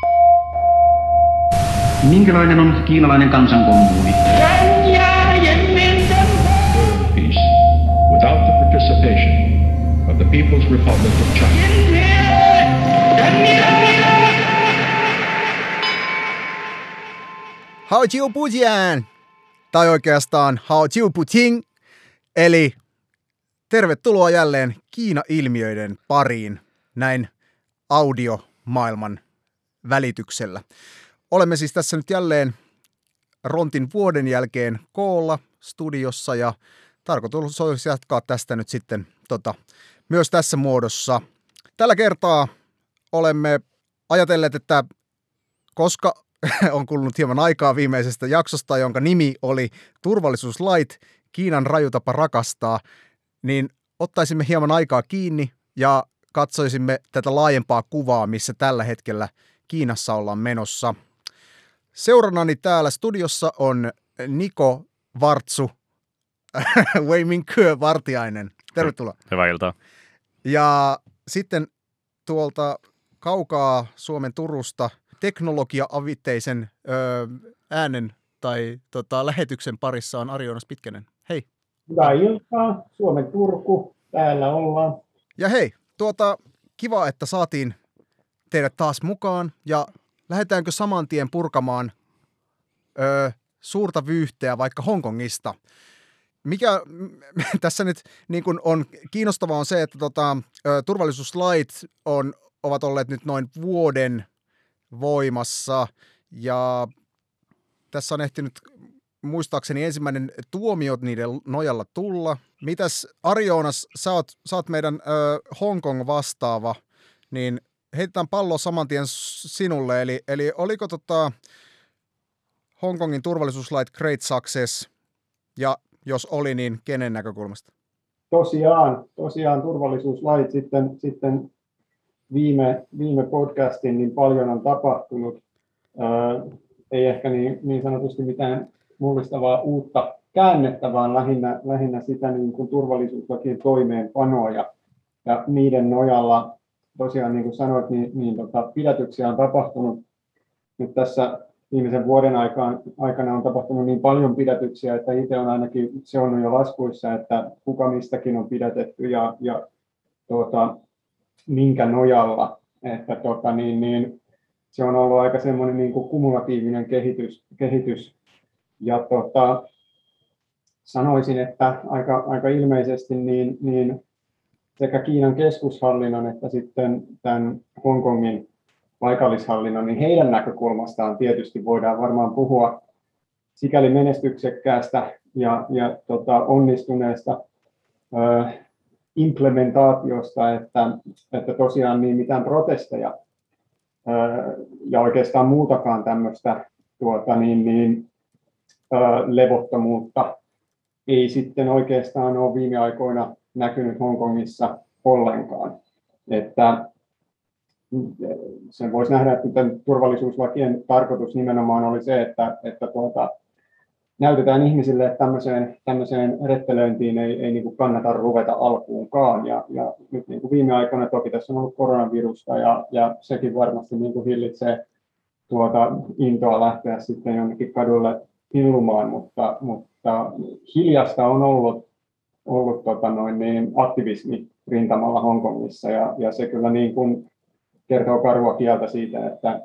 Minkälainen on kiinalainen kansankommuuni? Peace without the participation of the People's Republic of China. Hao Jiu Bu Jian, tai oikeastaan Hao Jiu Bu Ting, eli tervetuloa jälleen Kiina-ilmiöiden pariin näin audiomaailman välityksellä. Olemme siis tässä nyt jälleen Rontin vuoden jälkeen koolla studiossa ja tarkoitus olisi jatkaa tästä nyt sitten myös tässä muodossa. Tällä kertaa olemme ajatelleet, että koska on kulunut hieman aikaa viimeisestä jaksosta, jonka nimi oli Turvallisuuslait, Kiinan raju tapa rakastaa, niin ottaisimme hieman aikaa kiinni ja katsoisimme tätä laajempaa kuvaa, missä tällä hetkellä Kiinassa ollaan menossa. Seurannani täällä studiossa on Niko Vartsu, Wei Minkyö Vartiainen. Tervetuloa. Hyvää iltaa. Ja sitten tuolta kaukaa Suomen Turusta teknologia-avitteisen äänen tai lähetyksen parissa on Ari-Joonas Pitkänen. Hei. Hyvää iltaa. Suomen Turku. Täällä ollaan. Ja hei, kiva, että saatiin teidät taas mukaan. Ja lähdetäänkö saman tien purkamaan suurta vyyhteä vaikka Hongkongista? Mikä tässä nyt niin kun on kiinnostavaa on se, että turvallisuuslait ovat olleet nyt noin vuoden voimassa ja tässä on ehtinyt muistaakseni ensimmäinen tuomiot niiden nojalla tulla. Mitäs Ari-Joonas, sä oot meidän Hongkong vastaava, niin heitetään pallo saman tien sinulle, eli oliko Hongkongin turvallisuuslait great success ja jos oli, niin kenen näkökulmasta? Tosiaan turvallisuuslait sitten viime podcastin niin paljon on tapahtunut. Ei ehkä niin sanotusti mitään mullistavaa uutta käännettä, vaan lähinnä sitä niin kuin turvallisuuslakien toimeenpanoa ja niiden nojalla tosiaan niin kuin sanoit, niin pidätyksiä on tapahtunut nyt tässä viimeisen vuoden aikana on tapahtunut niin paljon pidätyksiä, että itse on ainakin seonnut jo laskuissa, että kuka mistäkin on pidätetty ja minkä nojalla. Että se on ollut aika semmoinen niin kuin kumulatiivinen kehitys. Ja sanoisin, että aika ilmeisesti niin sekä Kiinan keskushallinnon että sitten tämän Hongkongin paikallishallinnon, niin heidän näkökulmastaan tietysti voidaan varmaan puhua sikäli menestyksekkäästä ja onnistuneesta implementaatiosta, että tosiaan niin mitään protesteja ja oikeastaan muutakaan tämmöistä levottomuutta ei sitten oikeastaan ole viime aikoina näkynyt Hongkongissa ollenkaan. Että sen voisi nähdä, että turvallisuuslakien tarkoitus nimenomaan oli se, että näytetään ihmisille, että tämmöiseen rettelöintiin ei niin kuin kannata ruveta alkuunkaan. Ja nyt niin kuin viime aikoina toki tässä on ollut koronavirusta ja sekin varmasti niin kuin hillitsee intoa lähteä sitten jonnekin kadulle illumaan, mutta hiljasta on ollut aktivismi rintamalla Hongkongissa ja se kyllä niin kuin kertoo karua kieltä siitä, että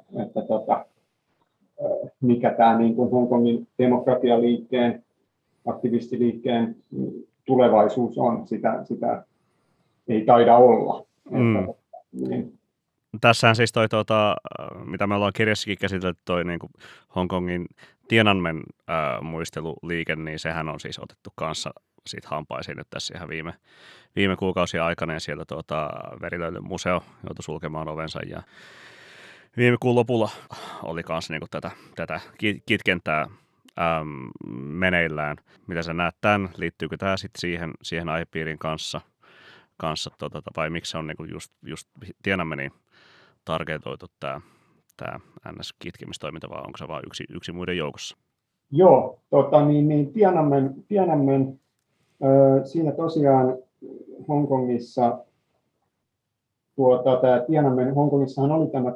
mikä tämä niin kuin Hongkongin demokratialiikkeen, aktivistiliikkeen tulevaisuus on. Sitä ei taida olla. Niin. Tässähän siis mitä me ollaan kirjassakin käsitelty, toi niin kuin Hongkongin Tiananmen muisteluliike, niin sehän on siis otettu kanssa siitä hampaisiin nyt tässä ihan viime kuukausien aikana, ja sieltä Verilöylyn museo joutui sulkemaan ovensa, ja viime kuun lopulla oli kanssa niin kuin tätä kitkentää meneillään. Mitä sä näet tämän? Liittyykö tämä sitten siihen aihepiirin kanssa vai miksi se on niin kuin just Tiananmeniin targetoitu tämä NS-kitkemistoiminta, vai onko se vain yksi muiden joukossa? Joo, Tiananmen siinä tosiaan Hongkongissa, tämä Tiananmen, Hongkongissahan oli tämä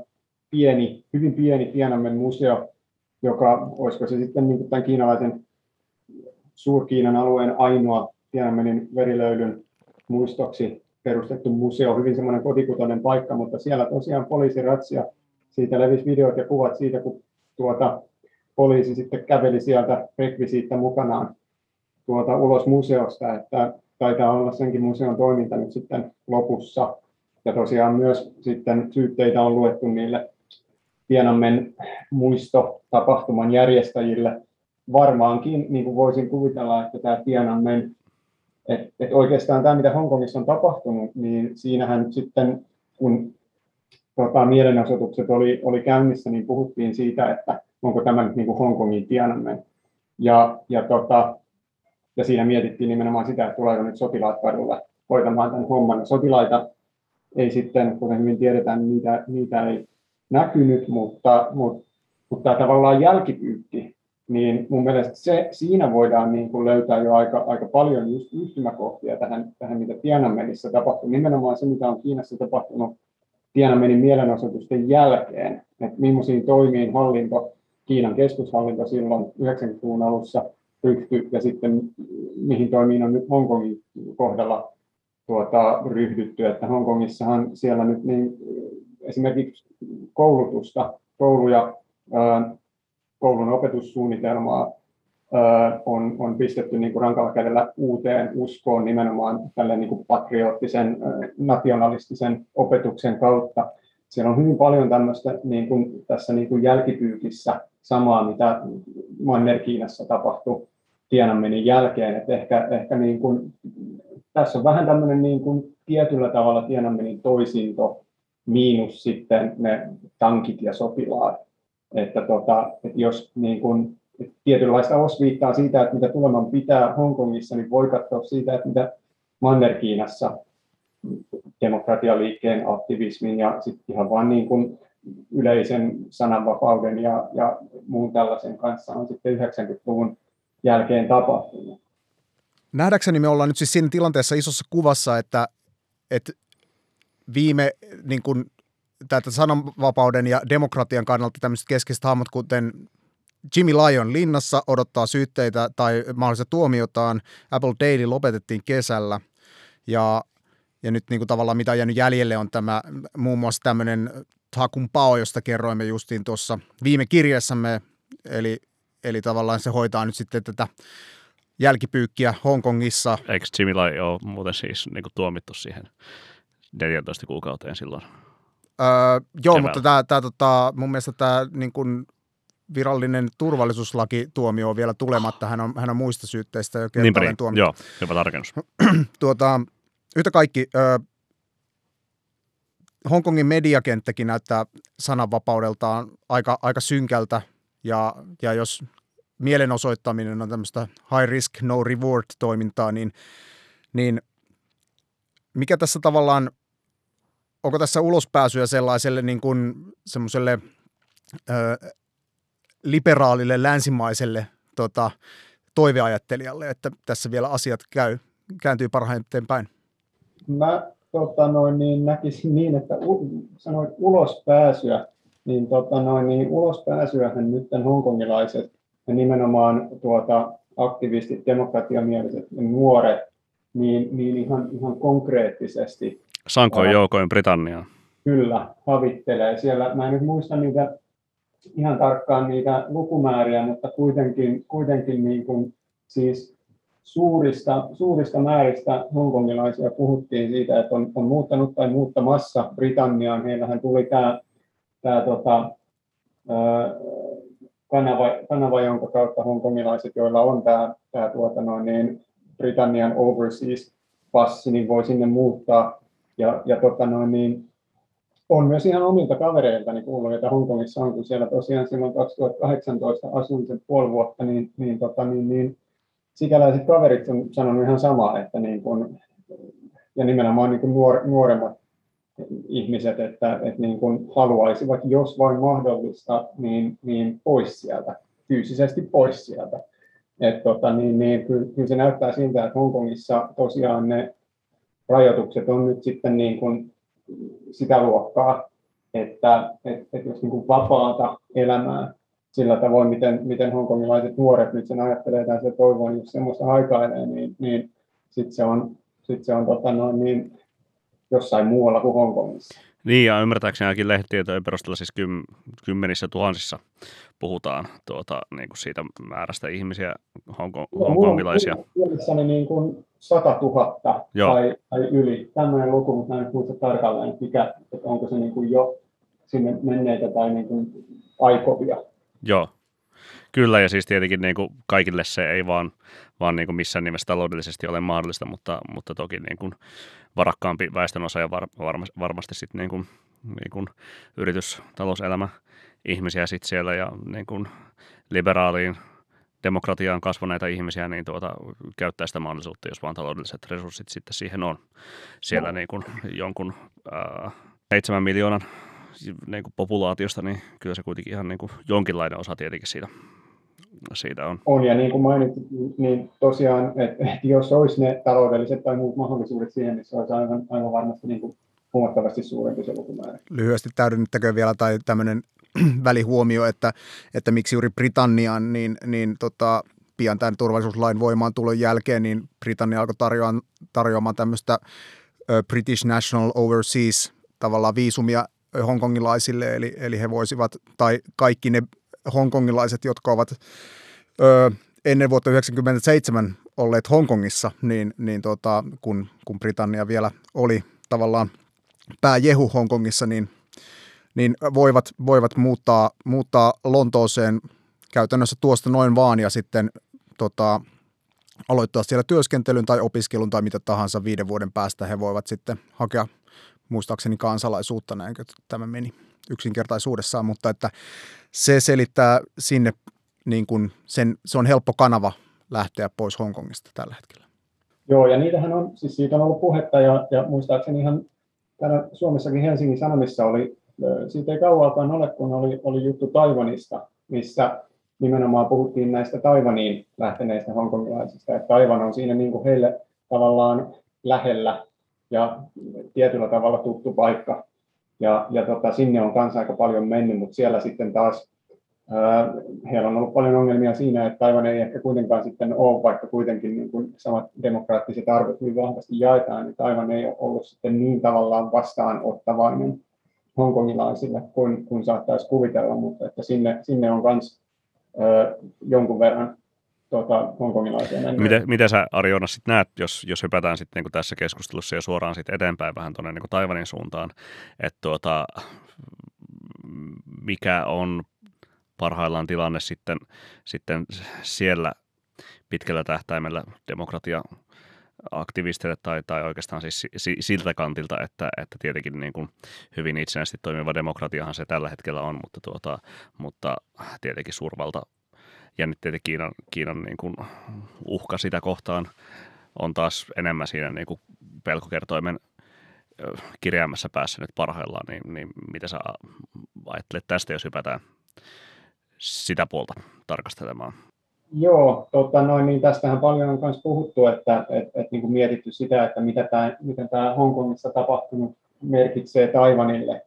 hyvin pieni Tiananmen museo, joka, olisiko se sitten niin kuin tämän kiinalaisen Suur-Kiinan alueen ainoa Tiananmenin verilöylyn muistoksi perustettu museo, hyvin semmoinen kotikutoinen paikka, mutta siellä tosiaan poliisiratsia, siitä levisi videot ja kuvat siitä, kun poliisi sitten käveli sieltä rekvisiittä mukanaan ulos museosta, että taitaa olla senkin museon toiminta nyt sitten lopussa. Ja tosiaan myös sitten syytteitä on luettu niille Tiananmen muistotapahtuman järjestäjille. Varmaankin, niin kuin voisin kuvitella, että tämä Tiananmen, että oikeastaan tämä, mitä Hongkongissa on tapahtunut, niin siinähän sitten, kun mielenosoitukset oli käynnissä, niin puhuttiin siitä, että onko tämä nyt niin kuin Hongkongin Tiananmen. Ja siinä mietittiin nimenomaan sitä, että tuleeko nyt sotilaat kadulle hoitamaan tämän homman. Sotilaita ei sitten, kuten hyvin tiedetään, niitä ei näkynyt, mutta tämä tavallaan jälkipyykki, niin mun mielestä siinä voidaan niin kuin löytää jo aika paljon just yhtymäkohtia tähän, mitä Tiananmenissä tapahtui. Nimenomaan se, mitä on Kiinassa tapahtunut Tiananmenin mielenosoitusten jälkeen, että millaisiin toimiin Kiinan keskushallinto silloin 90-luvun alussa ryhtyi, ja sitten mihin toimiin on nyt Hongkongin kohdalla ryhdytty, että Hongkongissahan siellä nyt niin esimerkiksi koulun opetussuunnitelmaa on pistetty niin kuin rankalla kädellä uuteen uskoon nimenomaan tälle niin kuin patriottisen, nationalistisen opetuksen kautta. Siellä on hyvin paljon tämmöistä niin kuin tässä niin kuin jälkipyykissä samaa, mitä Manner-Kiinassa tapahtui Tiananmenin jälkeen. Että ehkä niin kuin, tässä on vähän tämmöinen niin kuin tietyllä tavalla Tiananmenin toisinto miinus sitten ne tankit ja sotilaat. Että jos niin kuin, tietynlaista osviittaa siitä, että mitä tuleman pitää Hongkongissa, niin voi katsoa siitä, että mitä Manner-Kiinassa demokratialiikkeen, aktivismin ja sitten ihan vaan niin kuin yleisen sananvapauden ja muun tällaisen kanssa on sitten 90-luvun jälkeen tapahtunut. Nähdäkseni me ollaan nyt siis siinä tilanteessa isossa kuvassa, että viime niin kuin, sananvapauden ja demokratian kannalta tämmöiset keskeiset hahmot, kuten Jimmy Lyon linnassa odottaa syytteitä tai mahdollista tuomiotaan. Apple Daily lopetettiin kesällä ja nyt niin kuin tavallaan mitä on jäänyt jäljelle on tämä muun muassa tämmöinen Takun Pao, josta kerroimme justiin tuossa viime kirjassamme, eli tavallaan se hoitaa nyt sitten tätä jälkipyykkiä Hongkongissa. Eikö Jimmy Lai ole muuten siis niin kuin tuomittu siihen 14 kuukauteen silloin? Joo, keväällä? Mutta tämä mun mielestä tämä niin kuin virallinen turvallisuuslakituomio on vielä tulematta. Hän on muista syytteistä jo kertaalleen tuomittu. Joo, hyvä tarkennus. Yhtä kaikki, Hongkongin mediakenttäkin näyttää sananvapaudeltaan aika synkältä, ja jos mielenosoittaminen on tämmöistä high risk, no reward -toimintaa, niin mikä tässä tavallaan, onko tässä ulospääsyä sellaiselle niin kuin semmoiselle liberaalille, länsimaiselle toiveajattelijalle, että tässä vielä asiat kääntyy parhaiten päin? Mä näkisin niin, että sanoit ulospääsyä, niin ulospääsyähän nyt hongkongilaiset ja nimenomaan aktivistit, demokratiamieliset ja nuoret, niin ihan konkreettisesti Sankoin joukoin Britanniaan. Kyllä, havittelee. Siellä, mä en nyt muista niitä ihan tarkkaan niitä lukumääriä, mutta kuitenkin niin kuin, siis suurista määristä hongkongilaisia puhuttiin siitä, että on muuttanut tai muuttamassa Britanniaan. Heillähän tuli tämä kanava, jonka kautta hongkongilaiset, joilla on tämä Britannian overseas-passi, niin voi sinne muuttaa. Ja on myös ihan omilta kavereiltani kuullut, että Hongkongissa on, kun siellä tosiaan silloin 2018 asuin sen puoli vuotta, niin sikäläiset kaverit on sanonut ihan samaa, että niin kuin, ja nimenomaan niin kuin nuoremmat ihmiset, että niin kuin haluaisivat, jos vain mahdollista, niin pois sieltä, fyysisesti pois sieltä. Kyllä se näyttää siltä, että Hongkongissa tosiaan ne rajoitukset on nyt sitten niin kuin sitä luokkaa, että jos niin kuin vapaata elämää sillä tavoin, miten hongkongilaiset nuoret nyt sen ajattelee tai se toivoo, jos semmoista haikailee, niin sitten se on jossain muualla kuin Hongkongissa. Niin, ja ymmärtääkseni ainakin lehtitietojen perusteella siis kymmenissä tuhansissa puhutaan niin kuin siitä määrästä ihmisiä, hongkongilaisia. Mulla on niin kuin 100 000 tai yli. Tämmöinen luku, mutta en muista tarkalleen, että onko se niin kuin jo sinne menneitä tai niin kuin aikovia. Joo, kyllä, ja siis tietenkin niin kuin kaikille se ei vaan niin kuin missään nimessä taloudellisesti ole mahdollista, mutta toki niin kuin varakkaampi väestönosa ja varmasti sitten niin kuin yritystalouselämä ihmisiä sitten siellä ja niin kuin liberaaliin demokratiaan kasvaneita ihmisiä, niin käyttää sitä mahdollisuutta, jos vaan taloudelliset resurssit sitten siihen on. Siellä niin kuin jonkun 7 miljoonan niin kuin populaatiosta, niin kyllä se kuitenkin ihan niin kuin jonkinlainen osa tietenkin siitä on. On, ja niin kuin mainitsit, niin tosiaan, että jos olisi ne taloudelliset tai muut mahdollisuudet siihen, niin se olisi aivan varmasti niin kuin huomattavasti suurempi se lukumäärä. Lyhyesti täydennettäkö vielä tai tämmöinen välihuomio, että miksi juuri Britanniaan, niin pian tämän turvallisuuslain voimaantulon jälkeen, niin Britannia alkoi tarjoamaan tämmöistä British National Overseas tavallaan viisumia hongkongilaisille, eli he voisivat, tai kaikki ne hongkongilaiset, jotka ovat ennen vuotta 1997 olleet Hongkongissa, niin kun Britannia vielä oli tavallaan pääjehu Hongkongissa, niin voivat muuttaa Lontooseen käytännössä tuosta noin vaan ja sitten aloittaa siellä työskentelyn tai opiskelun tai mitä tahansa 5 vuoden päästä he voivat sitten hakea muistaakseni kansalaisuutta, näinkö tämä meni yksinkertaisuudessaan, mutta että se selittää sinne, niin kuin se on helppo kanava lähteä pois Hongkongista tällä hetkellä. Joo, ja niitähän on, siis siitä on ollut puhetta, ja muistaakseni ihan täällä Suomessakin Helsingin Sanomissa oli, siitä ei kauankaan ole, kun oli juttu Taiwanista, missä nimenomaan puhuttiin näistä Taiwaniin lähteneistä hongkongilaisista, että Taiwan on siinä niin kuin heille tavallaan lähellä ja tietyllä tavalla tuttu paikka. Ja sinne on kanssa aika paljon mennyt, mutta siellä sitten taas heillä on ollut paljon ongelmia siinä, että Taiwan ei ehkä kuitenkaan sitten ole, vaikka kuitenkin niin kuin samat demokraattiset arvot hyvin vahvasti jaetaan, niin Taiwan ei ole ollut sitten niin tavallaan vastaanottavainen hongkongilaisille kuin saattaisi kuvitella, mutta että sinne on myös jonkun verran hongkongilaisia mennyt. Miten sä, Arjoona, sitten näet, jos hypätään sitten niin tässä keskustelussa jo suoraan sitten eteenpäin vähän tuonne niin Taiwanin suuntaan, että mikä on parhaillaan tilanne sitten siellä pitkällä tähtäimellä demokratia-aktivisteille tai oikeastaan siis siltä kantilta, että tietenkin niin kuin hyvin itsenäisesti toimiva demokratiahan se tällä hetkellä on, mutta tietenkin suurvalta jännitteitä Kiinan niin kuin uhka sitä kohtaan on taas enemmän siinä niin kuin pelkokertoimen kirjaimässä päässä nyt parhaillaan, niin mitä sä ajattelet tästä, jos hypätään sitä puolta tarkastelemaan? Joo, niin tästähän paljon on myös puhuttu, että niin kuin mietitty sitä, että mitä tämä Hongkongissa tapahtunut merkitsee Taiwanille.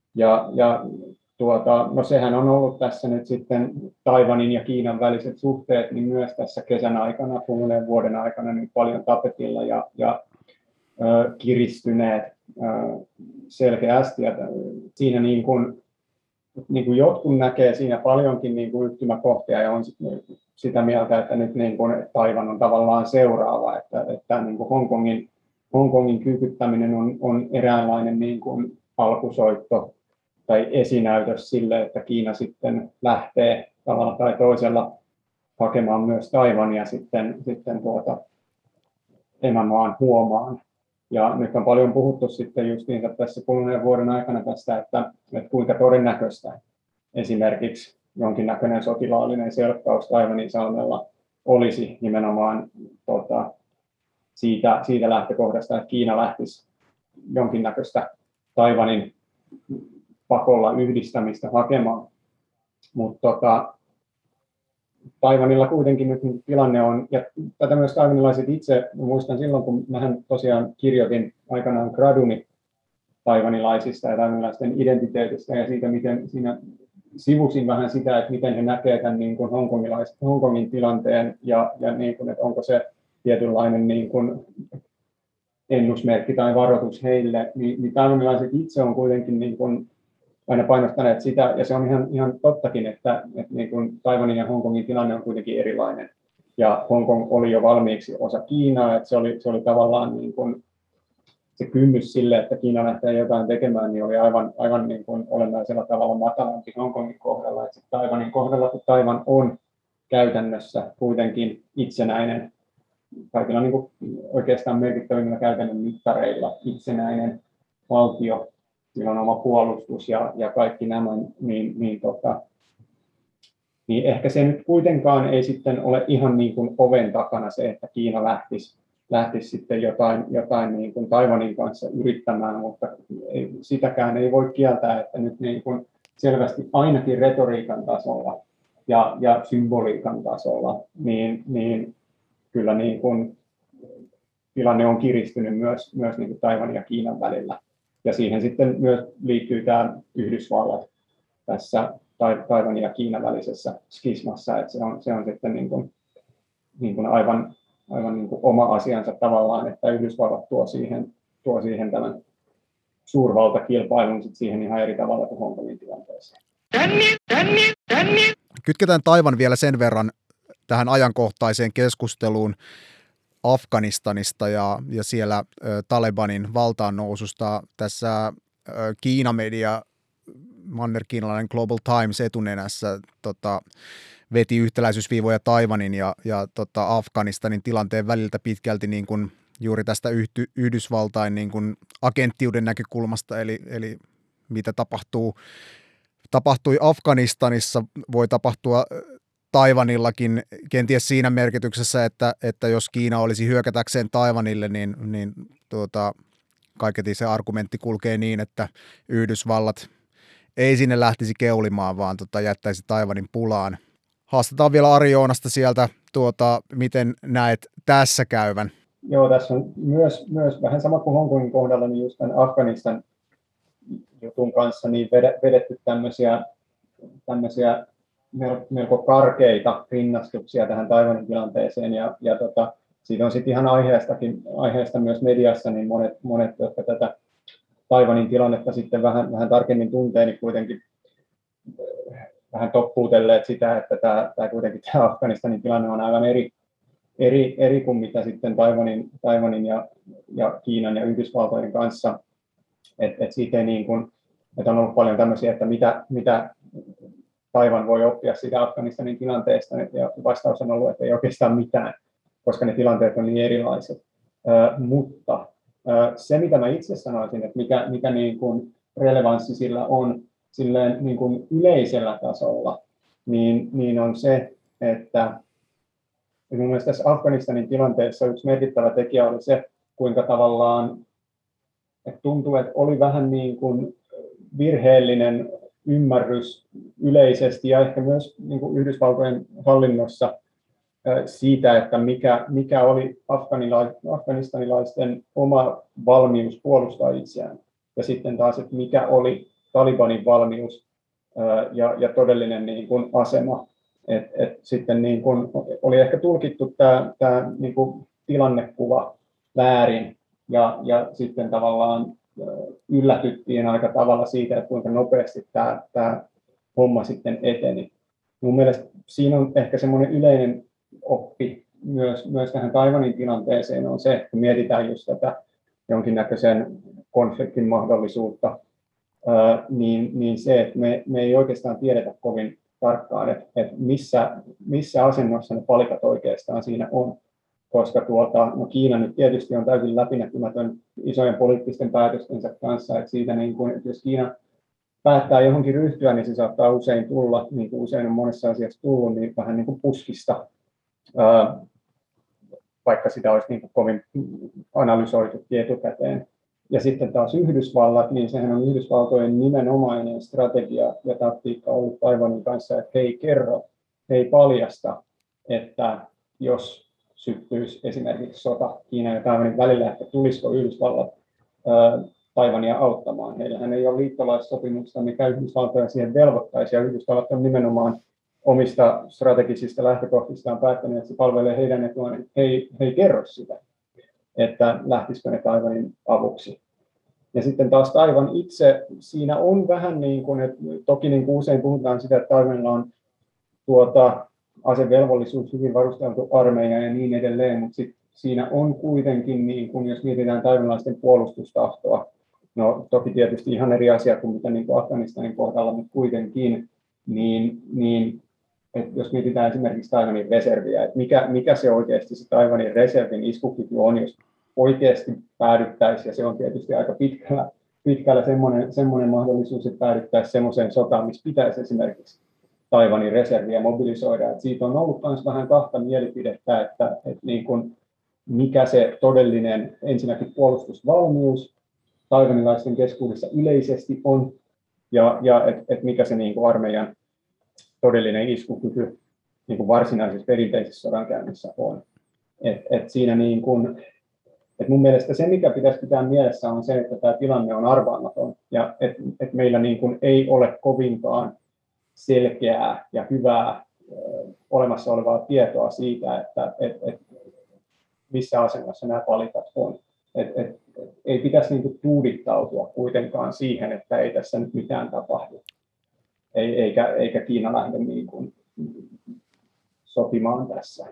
No sehän on ollut tässä nyt sitten Taiwanin ja Kiinan väliset suhteet, niin myös tässä kesän aikana, kuluneen vuoden aikana niin paljon tapetilla ja kiristyneet selkeästi. Ja siinä niin kuin jotkut näkee siinä paljonkin niin kuin yhtymäkohtia ja on sitä mieltä, että nyt niin kuin Taiwan on tavallaan seuraava, että niin kuin Hongkongin kyykyttäminen on eräänlainen niin kuin alkusoitto tai esinäytös sille, että Kiina sitten lähtee tavalla tai toisella hakemaan myös Taiwania sitten emämaan huomaan. Ja nyt on paljon puhuttu sitten justiinsa tässä kuluneen vuoden aikana tästä, että kuinka todennäköistä esimerkiksi jonkinnäköinen sotilaallinen selkkaus Taiwanin salmella olisi nimenomaan siitä lähtökohdasta, että Kiina lähtisi jonkinnäköistä Taiwanin pakolla yhdistämistä hakemaan. Mutta Taiwanilla kuitenkin nyt tilanne on, ja tätä myös taiwanilaiset itse, muistan silloin, kun mähän tosiaan kirjoitin aikanaan graduni taivanilaisista ja taivanilaisten identiteetistä ja siitä, miten siinä sivusin vähän sitä, että miten he näkevät tämän niin kuin Hongkongin tilanteen ja niin kuin, että onko se tietynlainen niin kuin ennusmerkki tai varoitus heille, niin taiwanilaiset itse on kuitenkin niin kuin aina painottaneet sitä, ja se on ihan tottakin, että niin kuin Taiwanin ja Hongkongin tilanne on kuitenkin erilainen. Ja Hongkong oli jo valmiiksi osa Kiinaa, että se oli tavallaan niin kuin se kynnys sille, että Kiina lähtee jotain tekemään, niin oli aivan niin kuin olennaisella tavalla matalampi Hongkongin kohdalla. Että Taiwanin kohdalla, kun Taiwan on käytännössä kuitenkin itsenäinen, kaikilla niin kuin oikeastaan merkittävimmillä käytännön mittareilla itsenäinen valtio, sillä on oma puolustus ja kaikki nämä, niin ehkä se nyt kuitenkaan ei sitten ole ihan niin kuin oven takana se, että Kiina lähtisi sitten jotain niin kuin Taiwanin kanssa yrittämään, mutta sitäkään ei voi kieltää, että nyt niin kuin selvästi ainakin retoriikan tasolla ja symboliikan tasolla, niin kyllä niin kuin tilanne on kiristynyt myös niin kuin Taiwanin ja Kiinan välillä. Ja siihen sitten myös liittyy tämä Yhdysvallat tässä Taiwanin ja Kiinan välisessä skismassa, että se on sitten niin kuin aivan niin kuin oma asiansa tavallaan, että Yhdysvallat tuo siihen tämän suurvaltakilpailun sit siihen ihan eri tavalla kuin Hongkongin tilanteessa. Kytketään Taiwan vielä sen verran tähän ajankohtaiseen keskusteluun Afganistanista ja siellä Talebanin valtaan noususta. Tässä Kiinamedia, mannerkiinalainen Global Times etunenässä veti yhtäläisyysviivoja Taiwanin ja Afganistanin tilanteen väliltä pitkälti niin kuin juuri tästä Yhdysvaltain niin kuin agenttiuden näkökulmasta, eli mitä tapahtui Afganistanissa, voi tapahtua Taiwanillakin kenties siinä merkityksessä, että jos Kiina olisi hyökätäkseen Taiwanille, niin kaiketi se argumentti kulkee niin, että Yhdysvallat ei sinne lähtisi keulimaan, vaan jättäisi Taiwanin pulaan. Haastetaan vielä Ari Joonasta sieltä, miten näet tässä käyvän? Joo, tässä on myös vähän sama kuin Hongkongin kohdalla, niin just tämän Afganistan jutun kanssa niin vedetty tämmöisiä melko karkeita rinnastuksia tähän Taiwanin tilanteeseen ja siitä on sitten ihan aiheesta myös mediassa, niin monet jotka tätä Taiwanin tilannetta sitten vähän tarkemmin tuntee, niin kuitenkin vähän toppuutelleet sitä, että tämä kuitenkin tämä Afganistanin tilanne on aivan eri kuin mitä sitten Taiwanin ja Kiinan ja Yhdysvaltojen kanssa. Et siitä ei niin kuin, että on ollut paljon tämmöisiä, että mitä Taiwan voi oppia siitä Afganistanin tilanteesta, ja vastaus on ollut, että ei oikeastaan mitään, koska ne tilanteet on niin erilaiset. Mutta se, mitä mä itse sanoisin, että mikä niin kuin relevanssi sillä on silleen niin kuin yleisellä tasolla, niin on se, että mun mielestä tässä Afganistanin tilanteessa yksi merkittävä tekijä oli se, kuinka tavallaan että tuntuu, että oli vähän niin kuin virheellinen ymmärrys yleisesti ja ehkä myös niin kuin Yhdysvaltojen hallinnossa siitä, että mikä oli afganistanilaisten oma valmius puolustaa itseään ja sitten taas, että mikä oli Talibanin valmius ja todellinen niin kuin asema. Et sitten niin kuin oli ehkä tulkittu tämä niin kuin tilannekuva väärin ja sitten tavallaan yllätyttiin aika tavalla siitä, että kuinka nopeasti tämä homma sitten eteni. Mun mielestä siinä on ehkä semmoinen yleinen oppi myös tähän Taiwanin tilanteeseen on se, kun mietitään just tätä jonkinnäköisen konfliktin mahdollisuutta, niin se, että me ei oikeastaan tiedetä kovin tarkkaan, että missä asennossa ne palikat oikeastaan siinä on. Koska Kiina nyt tietysti on täysin läpinäkymätön isojen poliittisten päätöstensä kanssa, että siitä niin kun, että jos Kiina päättää johonkin ryhtyä, niin se saattaa usein tulla, niin kuin usein on monessa asiassa tullut, niin vähän niin kuin puskista, vaikka sitä olisi niin kuin kovin analysoitu etukäteen. Ja sitten taas Yhdysvallat, niin sehän on Yhdysvaltojen nimenomainen strategia ja taktiikka ollut Taiwanin kanssa, että he ei kerro, he ei paljasta, että jos syttyisi esimerkiksi sota Kiinan ja Taiwanin välillä, että tulisiko Yhdysvallat Taiwania auttamaan. Heillähän ei ole liittolaissopimusta, mikä Yhdysvaltoja siihen velvoittaisi, ja Yhdysvallat on nimenomaan omista strategisista lähtökohtistaan päättänyt, että se palvelee heidän etuaan, niin he ei kerro sitä, että lähtisikö ne Taiwanin avuksi. Ja sitten taas Taiwan itse, siinä on vähän niin kuin, että toki niin kuin usein puhutaan sitä, että Taiwanilla on asevelvollisuus, hyvin varusteltu armeija ja niin edelleen, mutta siinä on kuitenkin, niin kuin, jos mietitään taiwanlaisten puolustustahtoa, no toki tietysti ihan eri asia kuin mitä niin kuin Afganistanin kohdalla, mutta kuitenkin, niin että jos mietitään esimerkiksi Taiwanin reserviä, että mikä se oikeasti se Taiwanin reservin iskukyky on, jos oikeasti päädyttäisiin, ja se on tietysti aika pitkällä semmoinen mahdollisuus, että päädyttäisiin semmoiseen sotaan, missä pitäisi esimerkiksi Taiwanin reserviä mobilisoida. Et siitä on ollut myös vähän kahta mielipidettä, että niin kun, mikä se todellinen ensinnäkin puolustusvalmius taiwanilaisten keskuudessa yleisesti on, ja mikä se niin kun armeijan todellinen iskukyky niin kun varsinaisessa perinteisessä sodankäynnissä on. Siinä niin kun, mun mielestä se, mikä pitäisi pitää mielessä, on se, että tämä tilanne on arvaamaton, ja että meillä niin kun ei ole kovinkaan selkeää ja hyvää olemassa olevaa tietoa siitä, että missä asemassa nämä palikat on. Ei pitäisi niin kuin tuudittautua kuitenkaan siihen, että ei tässä nyt mitään tapahdu, eikä Kiina lähde niin kuin sopimaan tässä.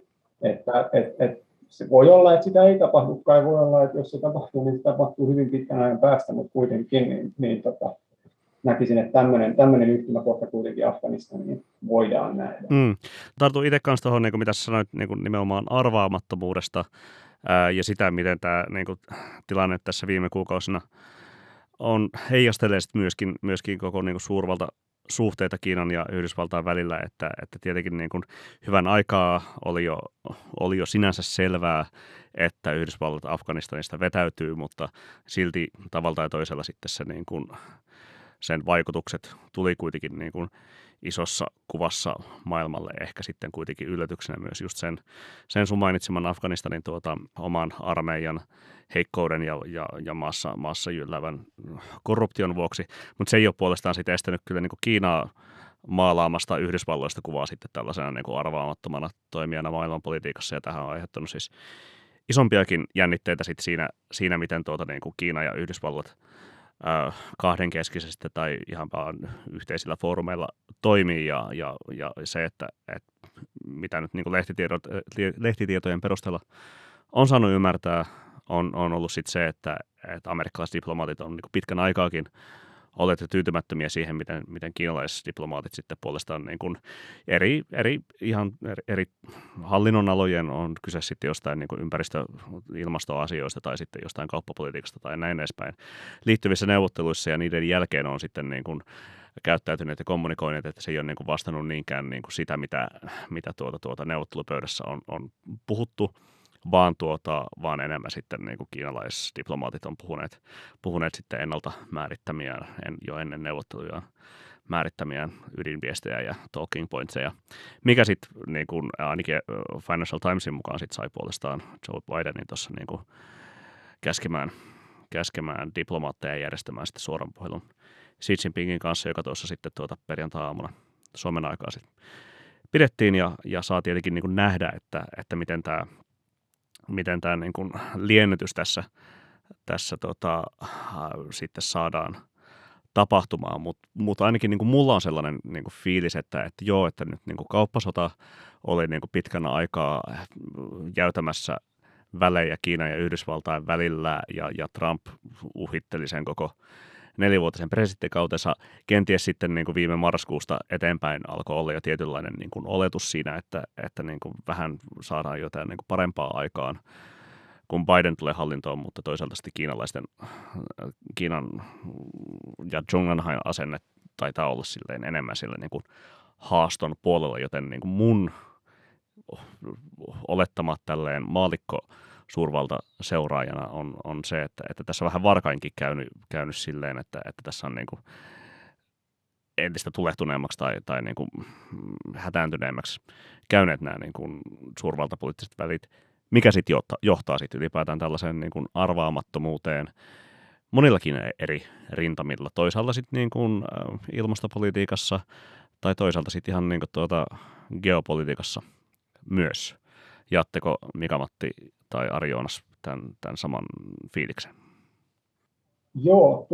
Se voi olla, että sitä ei tapahdukaan, ja voi olla, että jos se tapahtuu, niin se tapahtuu hyvin pitkän ajan päästä, mutta kuitenkin näkisin, että tämmöinen yhtymäkohta kuitenkin Afganistaniin voidaan nähdä. Tartun itse kanssa tuohon, niin mitä sä sanoit, niin nimenomaan arvaamattomuudesta ja sitä, miten tämä niin tilanne tässä viime kuukausina on heijastelee myöskin koko niin suurvalta suhteita Kiinan ja Yhdysvaltain välillä, että tietenkin niin kuin hyvän aikaa oli jo sinänsä selvää, että Yhdysvallat Afganistanista vetäytyy, mutta silti tavalla tai toisella sitten se niin kuin sen vaikutukset tuli kuitenkin niin kuin isossa kuvassa maailmalle ehkä sitten kuitenkin yllätyksenä myös just sen sun mainitseman Afganistanin oman armeijan heikkouden ja maassa jyllävän korruption vuoksi, mutta se ei ole puolestaan sitten estänyt kyllä niin kuin Kiinaa maalaamasta Yhdysvalloista kuvaa sitten tällaisena niin kuin arvaamattomana toimijana maailmanpolitiikassa, ja tähän on aiheuttanut siis isompiakin jännitteitä sitten siinä miten niin kuin Kiina ja Yhdysvallat kahdenkeskisesti tai ihan vaan yhteisillä foorumeilla toimii, ja se, että mitä nyt niin kuin lehtitietojen perusteella on saanut ymmärtää, on ollut sitten se, että amerikkalaiset diplomaatit on niin kuin pitkän aikaakin olleet tyytymättömiä siihen, miten kiinalaiset diplomaatit sitten puolestaan niin kuin eri hallinnonalojen, on kyse sitten jostain niin kuin ympäristö- ilmastoasioista tai sitten jostain kauppapolitiikasta tai näin edespäin liittyvissä neuvotteluissa, ja niiden jälkeen on sitten niin kuin käyttäytyneet ja kommunikoineet, että se ei ole niin kuin vastannut niinkään niin kuin sitä, mitä neuvottelupöydässä on puhuttu, vaan enemmän sitten niin kuin kiinalaisdiplomaatit on puhuneet sitten ennalta määrittämiään, jo ennen neuvotteluja määrittämiään ydinviestejä ja talking pointseja, mikä sitten niin kuin ainakin Financial Timesin mukaan sit sai puolestaan Joe Bidenin tuossa niin kuin käskemään diplomaatteja järjestämään sitten suoran puhelun Xi Jinpingin kanssa, joka tuossa sitten perjantai-aamuna Suomen aikaa sitten pidettiin, ja saa tietenkin niin kuin nähdä, että miten tämä niin kuin liennytys tässä sitten saadaan tapahtumaan, mutta ainakin niin kuin mulla on sellainen niin kuin fiilis, että nyt niin kuin kauppasota oli niin kuin pitkänä aikaa jäytämässä välejä Kiinan ja Yhdysvaltain välillä, ja Trump uhitteli sen koko 4-vuotisen presidenttikautensa. Kenties sitten niin kuin viime marraskuusta eteenpäin alkoi olla jo tietynlainen niin kuin oletus siinä, että niin kuin vähän saadaan jotain niin kuin parempaa aikaan, kun Biden tulee hallintoon, mutta toisaalta sitten Kiinan ja Zhongnan asenne taitaa olla silleen enemmän sille niin kuin haaston puolella, joten niin kuin mun olettamat tälleen maalikko suurvalta seuraajana on se, että tässä on vähän varkainkin käynyt silleen, että tässä on niin kuin entistä tulehtuneemmaksi tai niin kuin hätääntyneemmäksi käyneet nämä niin kuin suurvaltapoliittiset välit, mikä sitten johtaa sitten ylipäätään tällaiseen niin kuin arvaamattomuuteen. monillakin eri rintamilla. Toisaalta sitten niin kuin ilmastopolitiikassa tai toisaalta sitten ihan niin kuin geopolitiikassa myös. Jaatteko Mika-Matti tai Ari Joonas tämän saman fiiliksen? Joo,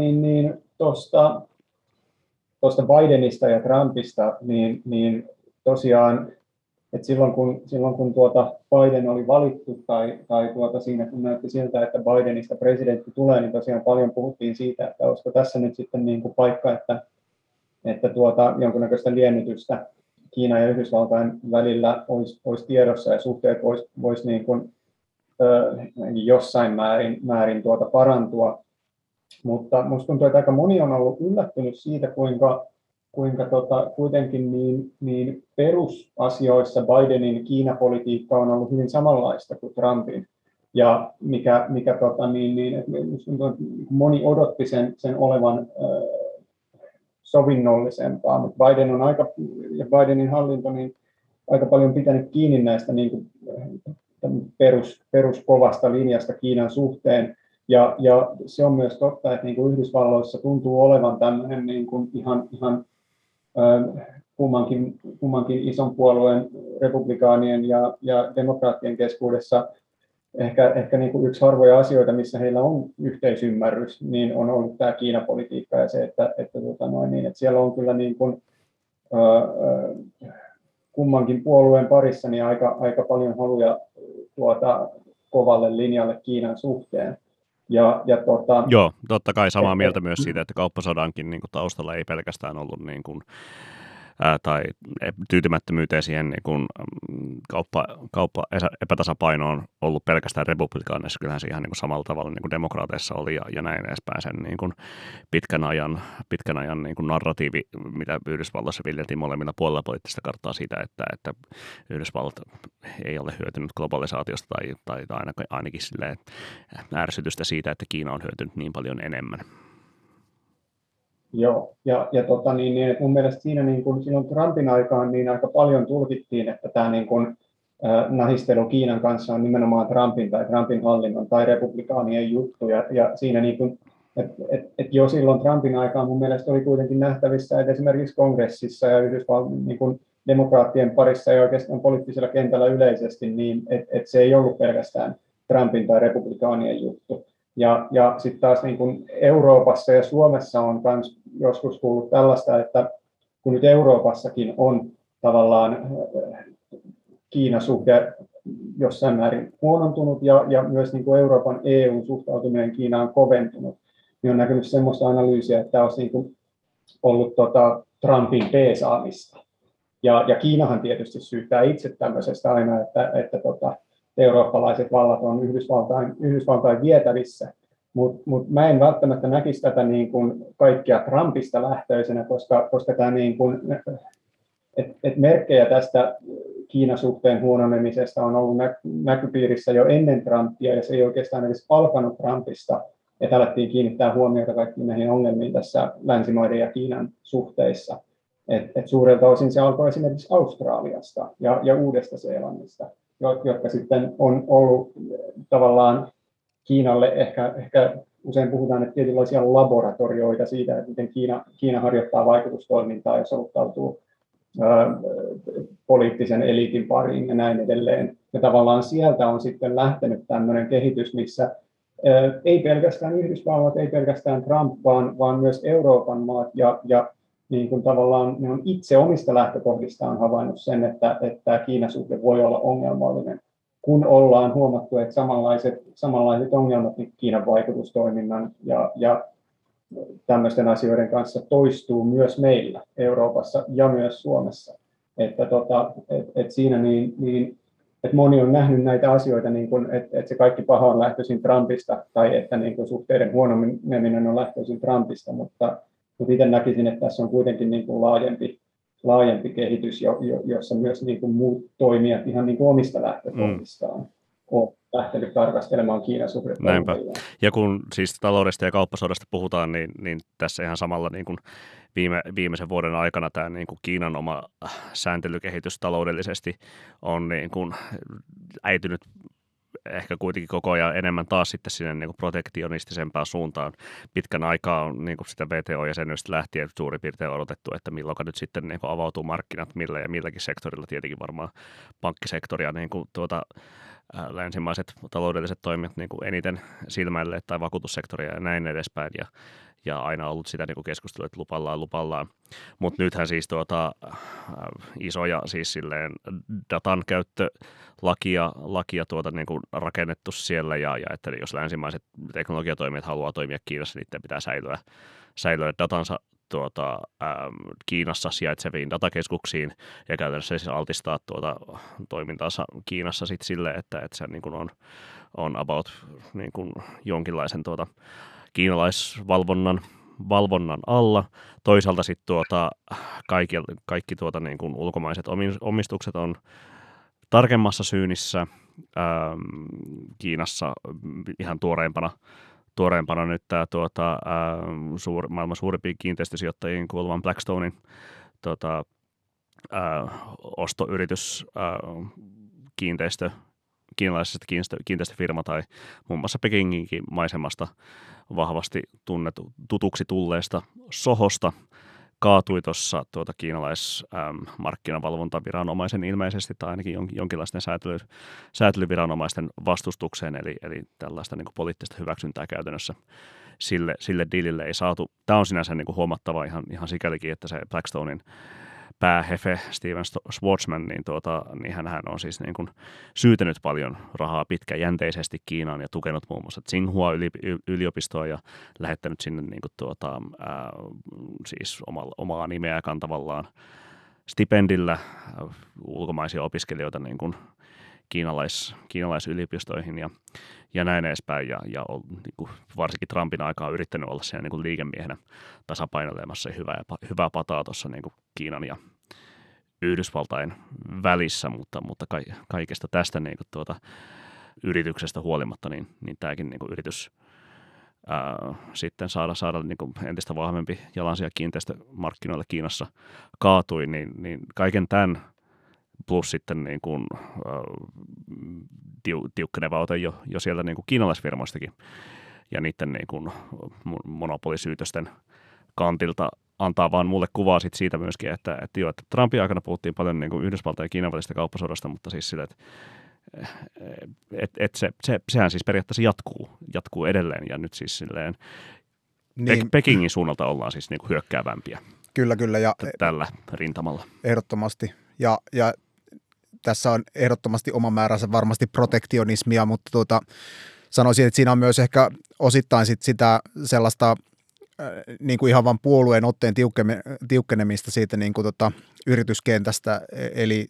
tuosta Bidenista ja Trumpista, niin tosiaan, että silloin kun Biden oli valittu tai siinä kun näytti siltä, että Bidenista presidentti tulee, niin tosiaan paljon puhuttiin siitä, että olisiko tässä nyt sitten niin kuin paikka, että jonkunnäköistä liennytystä Kiinan ja Yhdysvaltain välillä olisi tiedossa ja suhteet vois niin kuin, jossain määrin parantua. Mutta minusta tuntuu, että aika moni on ollut yllättynyt siitä, kuinka kuitenkin niin perusasioissa Bidenin Kiinapolitiikka on ollut hyvin samanlaista kuin Trumpin. Ja moni odotti sen olevan sovinnollisempaa, mutta Bidenin hallinto niin aika paljon pitänyt kiinni näistä niin kuin peruskovasta linjasta Kiinan suhteen. Ja se on myös totta, että niin kuin Yhdysvalloissa tuntuu olevan tämmöinen niin kuin ihan kummankin ison puolueen, republikaanien ja demokraattien keskuudessa ehkä niin kuin yksi harvoja asioita, missä heillä on yhteisymmärrys, niin on ollut tämä Kiinapolitiikka ja se, että siellä on kyllä niin kuin, kummankin puolueen parissa niin aika paljon haluja kovalle linjalle Kiinan suhteen. Joo, totta kai samaa mieltä myös siitä, että kauppasodankin niin kuin taustalla ei pelkästään ollut niin kuin, tai tyytymättömyyteen siihen niin kuin kauppa epätasapainoon ollut pelkästään republikaaneissa. Kyllähän se ihan niin kuin samalla tavalla niin kuin demokraateissa oli ja näin edespäin sen niin kuin pitkän ajan niin kuin narratiivi, mitä Yhdysvalloissa viljeltiin molemmilla puolilla poliittista karttaa siitä, että Yhdysvallat ei ole hyötynyt globalisaatiosta tai ainakin silleen ärsytystä siitä, että Kiina on hyötynyt niin paljon enemmän. Joo, että mun mielestä siinä niin kun silloin Trumpin aikaan niin aika paljon tulkittiin, että tämä niin kun, nahistelu Kiinan kanssa on nimenomaan Trumpin hallinnon tai republikaanien juttu, ja siinä niin kun, et jo silloin Trumpin aikaan mun mielestä oli kuitenkin nähtävissä, että esimerkiksi kongressissa ja Yhdysvaltain niin kun demokraattien parissa ja oikeastaan poliittisella kentällä yleisesti, niin että se ei ollut pelkästään Trumpin tai republikaanien juttu. Ja sitten taas niin kuin Euroopassa ja Suomessa on myös joskus kuullut tällaista, että kun nyt Euroopassakin on tavallaan Kiina-suhde jossain määrin huonontunut ja myös niin kuin Euroopan EU-suhtautuminen Kiinaan koventunut, niin on näkynyt semmoista analyysiä, että tämä olisi niin kuin ollut Trumpin peesaamista. Ja Kiinahan tietysti syyttää itse tämmöisestä aina, että eurooppalaiset vallat on Yhdysvaltain vietävissä, mutta mä en välttämättä näkisi tätä niin kuin kaikkea Trumpista lähtöisenä, koska tämä niin kuin, et merkkejä tästä Kiinasuhteen huononemisesta on ollut näkypiirissä jo ennen Trumpia, ja se ei oikeastaan edes alkanut Trumpista, että alettiin kiinnittää huomiota kaikkiin näihin ongelmiin tässä länsimaiden ja Kiinan suhteissa. Et suurelta osin se alkoi esimerkiksi Australiasta ja Uudesta-Seelannista, jotka sitten on ollut tavallaan Kiinalle ehkä usein puhutaan, että tietynlaisia laboratorioita siitä, että miten Kiina harjoittaa vaikutustoimintaa ja soluttautuu poliittisen eliitin pariin ja näin edelleen. Ja tavallaan sieltä on sitten lähtenyt tämmöinen kehitys, missä ei pelkästään Yhdysvallat, ei pelkästään Trump, vaan myös Euroopan maat ja niin kuin tavallaan ne on itse omista lähtökohdistaan havainnut sen, että tämä Kiinasuhde voi olla ongelmallinen, kun ollaan huomattu, että samanlaiset ongelmat niin Kiinan vaikutustoiminnan ja tämmöisten asioiden kanssa toistuu myös meillä Euroopassa ja myös Suomessa. Että siinä että moni on nähnyt näitä asioita, niin kuin, että se kaikki paha on lähtöisin Trumpista tai että niin kuin suhteiden huononeminen on lähtöisin Trumpista, mutta itse näkisin, että tässä on kuitenkin niin kuin laajempi kehitys, jossa myös niin kuin muut toimijat ihan niin kuin omista lähtökohdistaan on lähtenyt tarkastelemaan Kiinan suhdetta. Näinpä. Ja kun siis taloudesta ja kauppasodasta puhutaan, niin tässä ihan samalla niin kuin viimeisen vuoden aikana tämä niin kuin Kiinan oma sääntelykehitys taloudellisesti on niin kuin äitynyt ehkä kuitenkin koko ajan enemmän taas sitten sinne niin kuin protektionistisempaan suuntaan. Pitkän aikaa on niin kuin sitä VTO-jäsenyystä lähtien suurin piirtein odotettu, että milloin nyt sitten niin kuin avautuu markkinat millä ja milläkin sektorilla, tietenkin varmaan pankkisektoria niin kuin länsimaiset taloudelliset toimijat niin kuin eniten silmäille tai vakuutussektoria ja näin edespäin. Ja aina ollut sitä niin kuin keskustelua, että lupallaan. Mutta nythän siis isoja siis silleen datan käyttölakia niin kuin rakennettu siellä ja että jos länsimaiset teknologiatoimijat haluaa toimia Kiinassa, niin niiden pitää säilöä datansa Kiinassa sijaitseviin datakeskuksiin ja käytännössä siis altistaa toimintaansa Kiinassa sit sille, että se niin kuin on about niin kuin jonkinlaisen kiinalaisvalvonnan alla. Toisaalta sitten kaikki niin kuin ulkomaiset omistukset on tarkemmassa syynissä. Kiinassa ihan tuoreempana nyt tämä maailman suurimpiin kiinteistösijoittajiin kuuluvan Blackstonein ostoyritys kiinalaisesta kiinteistöfirma tai muun muassa Pekinginkin maisemasta vahvasti tutuksi tulleesta Sohosta kaatui tuossa kiinalaismarkkinavalvontaviranomaisen ilmeisesti tai ainakin jonkinlaisten säätelyviranomaisten vastustukseen, eli tällaista niin kuin poliittista hyväksyntää käytännössä sille dealille ei saatu. Tämä on sinänsä niin kuin huomattava ihan sikälikin, että se Blackstonein päähefe Steven Schwarzman, niin hän on siis niin kuin syytänyt paljon rahaa pitkäjänteisesti Kiinaan ja tukenut muun muassa Tsinghua-yliopistoa ja lähettänyt sinne niin kuin siis omaa nimeä kantavallaan stipendillä ulkomaisia opiskelijoita niin kuin kiinalaisyliopistoihin ja näin edespäin. Ja on niin kuin varsinkin Trumpin aikaa yrittänyt olla siellä niin kuin liikemiehenä tasapainoilemassa hyvää pataa tuossa niin kuin Kiinan ja Yhdysvaltain välissä, mutta kaikesta tästä niin kuin yrityksestä huolimatta, niin tämäkin niin kuin yritys sitten saada niin kuin entistä vahvempi jalansija kiinteistömarkkinoille Kiinassa kaatui, niin kaiken tämän plus sitten niin kuin, tiukkeneva ote jo sieltä niin kuin kiinalaisfirmoistakin ja niiden niin kuin monopolisyytösten kantilta antaa vaan mulle kuvaa siitä myöskin, että Trumpin aikana puhuttiin paljon niin kuin Yhdysvaltain ja Kiinan välistä kauppasodasta, mutta siis sille, että sehän siis periaatteessa jatkuu edelleen ja nyt siis silleen niin, Pekingin suunnalta ollaan siis niin kuin hyökkäävämpiä. Kyllä. Ja tällä rintamalla. Ehdottomasti. Ja tässä on ehdottomasti oman määränsä varmasti protektionismia, mutta sanoisin, että siinä on myös ehkä osittain sitä sellaista niin kuin ihan vain puolueen otteen tiukkenemista siitä niin kuin yrityskentästä, eli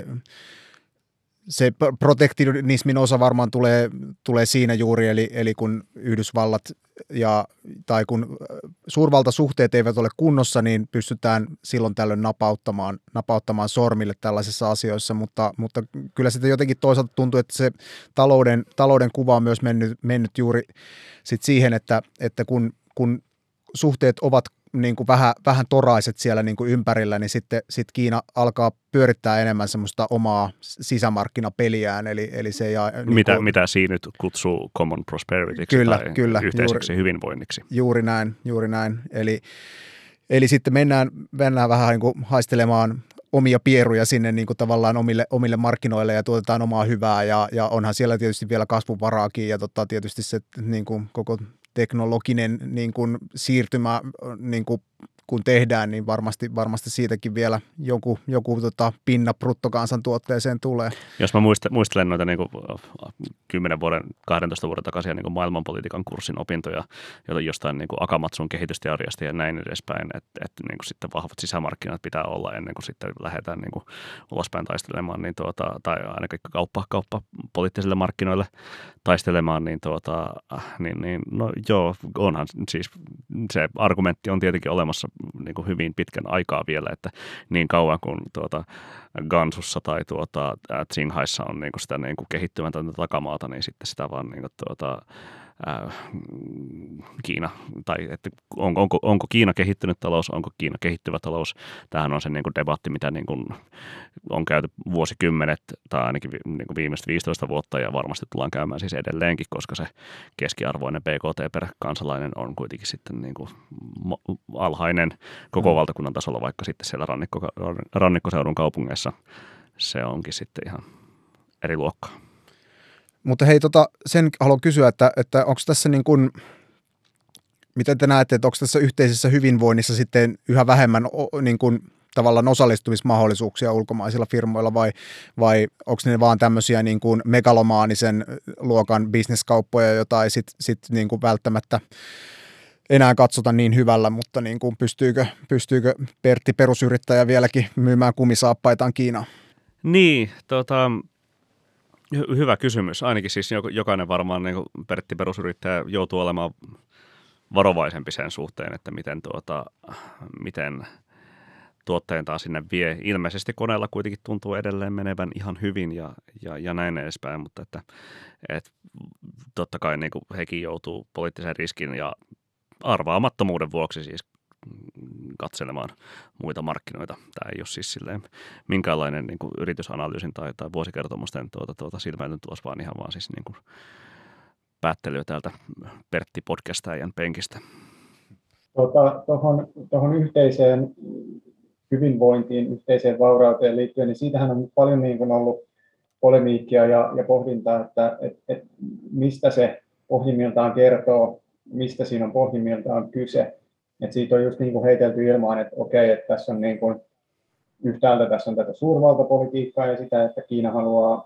se protektionismin osa varmaan tulee siinä juuri, eli kun Yhdysvallat tai kun suurvaltasuhteet eivät ole kunnossa, niin pystytään silloin tällöin napauttamaan sormille tällaisissa asioissa, mutta kyllä sitä jotenkin toisaalta tuntuu, että se talouden kuva on myös mennyt juuri sit siihen, että kun suhteet ovat niin kuin vähän toraiset siellä niin kuin ympärillä, niin sitten Kiina alkaa pyörittää enemmän semmoista omaa sisämarkkinapeliään, eli se ja mitä siinä nyt kutsuu common prosperity tai yhteiseksi hyvinvoinniksi. Juuri näin. Eli sitten mennään vähän niin kuin haistelemaan omia pieruja sinne niin kuin tavallaan omille markkinoille ja tuotetaan omaa hyvää ja onhan siellä tietysti vielä kasvuvaraakin ja tietysti se niin kuin koko teknologinen niin kuin siirtymä niin kuin kun tehdään, niin varmasti siitäkin vielä joku pinna bruttokansantuotteeseen tulee. Jos mä muistelen noita niin kuin 10 vuoden, 12 vuoden takaisia niin kuin maailmanpolitiikan kurssin opintoja, joita jostain niin kuin Akamatsun kehitysteoriasta ja näin edespäin, että niin kuin sitten vahvat sisämarkkinat pitää olla ennen kuin sitten lähdetään niin kuin ulospäin taistelemaan, niin tai ainakin kauppa poliittisille markkinoille taistelemaan, niin no joo, onhan siis se argumentti on tietenkin olemassa niin kuin hyvin pitkän aikaa vielä, että niin kauan kuin Gansussa tai Tsinghaissa on niin kuin sitä niin kuin kehittymätöntä takamaata, niin sitten sitä vaan niin kuin Kiina, tai että onko Kiina kehittynyt talous, onko Kiina kehittyvä talous. Tämähän on se niin kuin debatti, mitä niin kuin on käyty vuosikymmenet tai ainakin niin kuin viimeiset 15 vuotta ja varmasti tullaan käymään siis edelleenkin, koska se keskiarvoinen BKT per kansalainen on kuitenkin sitten niin kuin alhainen koko valtakunnan tasolla, vaikka sitten siellä rannikkoseudun kaupungeissa se onkin sitten ihan eri luokkaa. Mutta hei, sen haluan kysyä, että onko tässä niin kuin, miten te näette, että onko tässä yhteisessä hyvinvoinnissa sitten yhä vähemmän niin kuin, tavallaan osallistumismahdollisuuksia ulkomaisilla firmoilla vai onko ne vaan tämmöisiä niin kuin megalomaanisen luokan bisneskauppoja, jota ei sit niin kuin välttämättä enää katsota niin hyvällä, mutta niin kuin pystyykö Pertti perusyrittäjä vieläkin myymään kumisaappaitaan Kiinaan? Niin, hyvä kysymys. Ainakin siis jokainen varmaan niin kuin Pertti perusyrittäjä joutuu olemaan varovaisempi sen suhteen, että miten tuotteen taas sinne vie. Ilmeisesti koneella kuitenkin tuntuu edelleen menevän ihan hyvin ja näin edespäin, mutta että totta kai niin kuin hekin joutuu poliittisen riskin ja arvaamattomuuden vuoksi siis katselemaan muita markkinoita. Tämä ei ole siis silleen minkäänlainen niin kuin yritysanalyysin tai vuosikertomusten silmäilyn tulos, vaan ihan vaan siis niin kuin päättelyä täältä Pertti podcastajan penkistä. Tuohon yhteiseen hyvinvointiin, yhteiseen vaurauteen liittyen, niin siitähän on paljon niin kuin ollut polemiikkia ja pohdintaa, että mistä se pohjimmiltaan kertoo, mistä siinä on pohjimmiltaan kyse. Et siitä on just niin kuin heitelty ilmaan, että okei, että tässä on niin kuin, yhtäältä tässä on tätä suurvaltapolitiikkaa ja sitä, että Kiina haluaa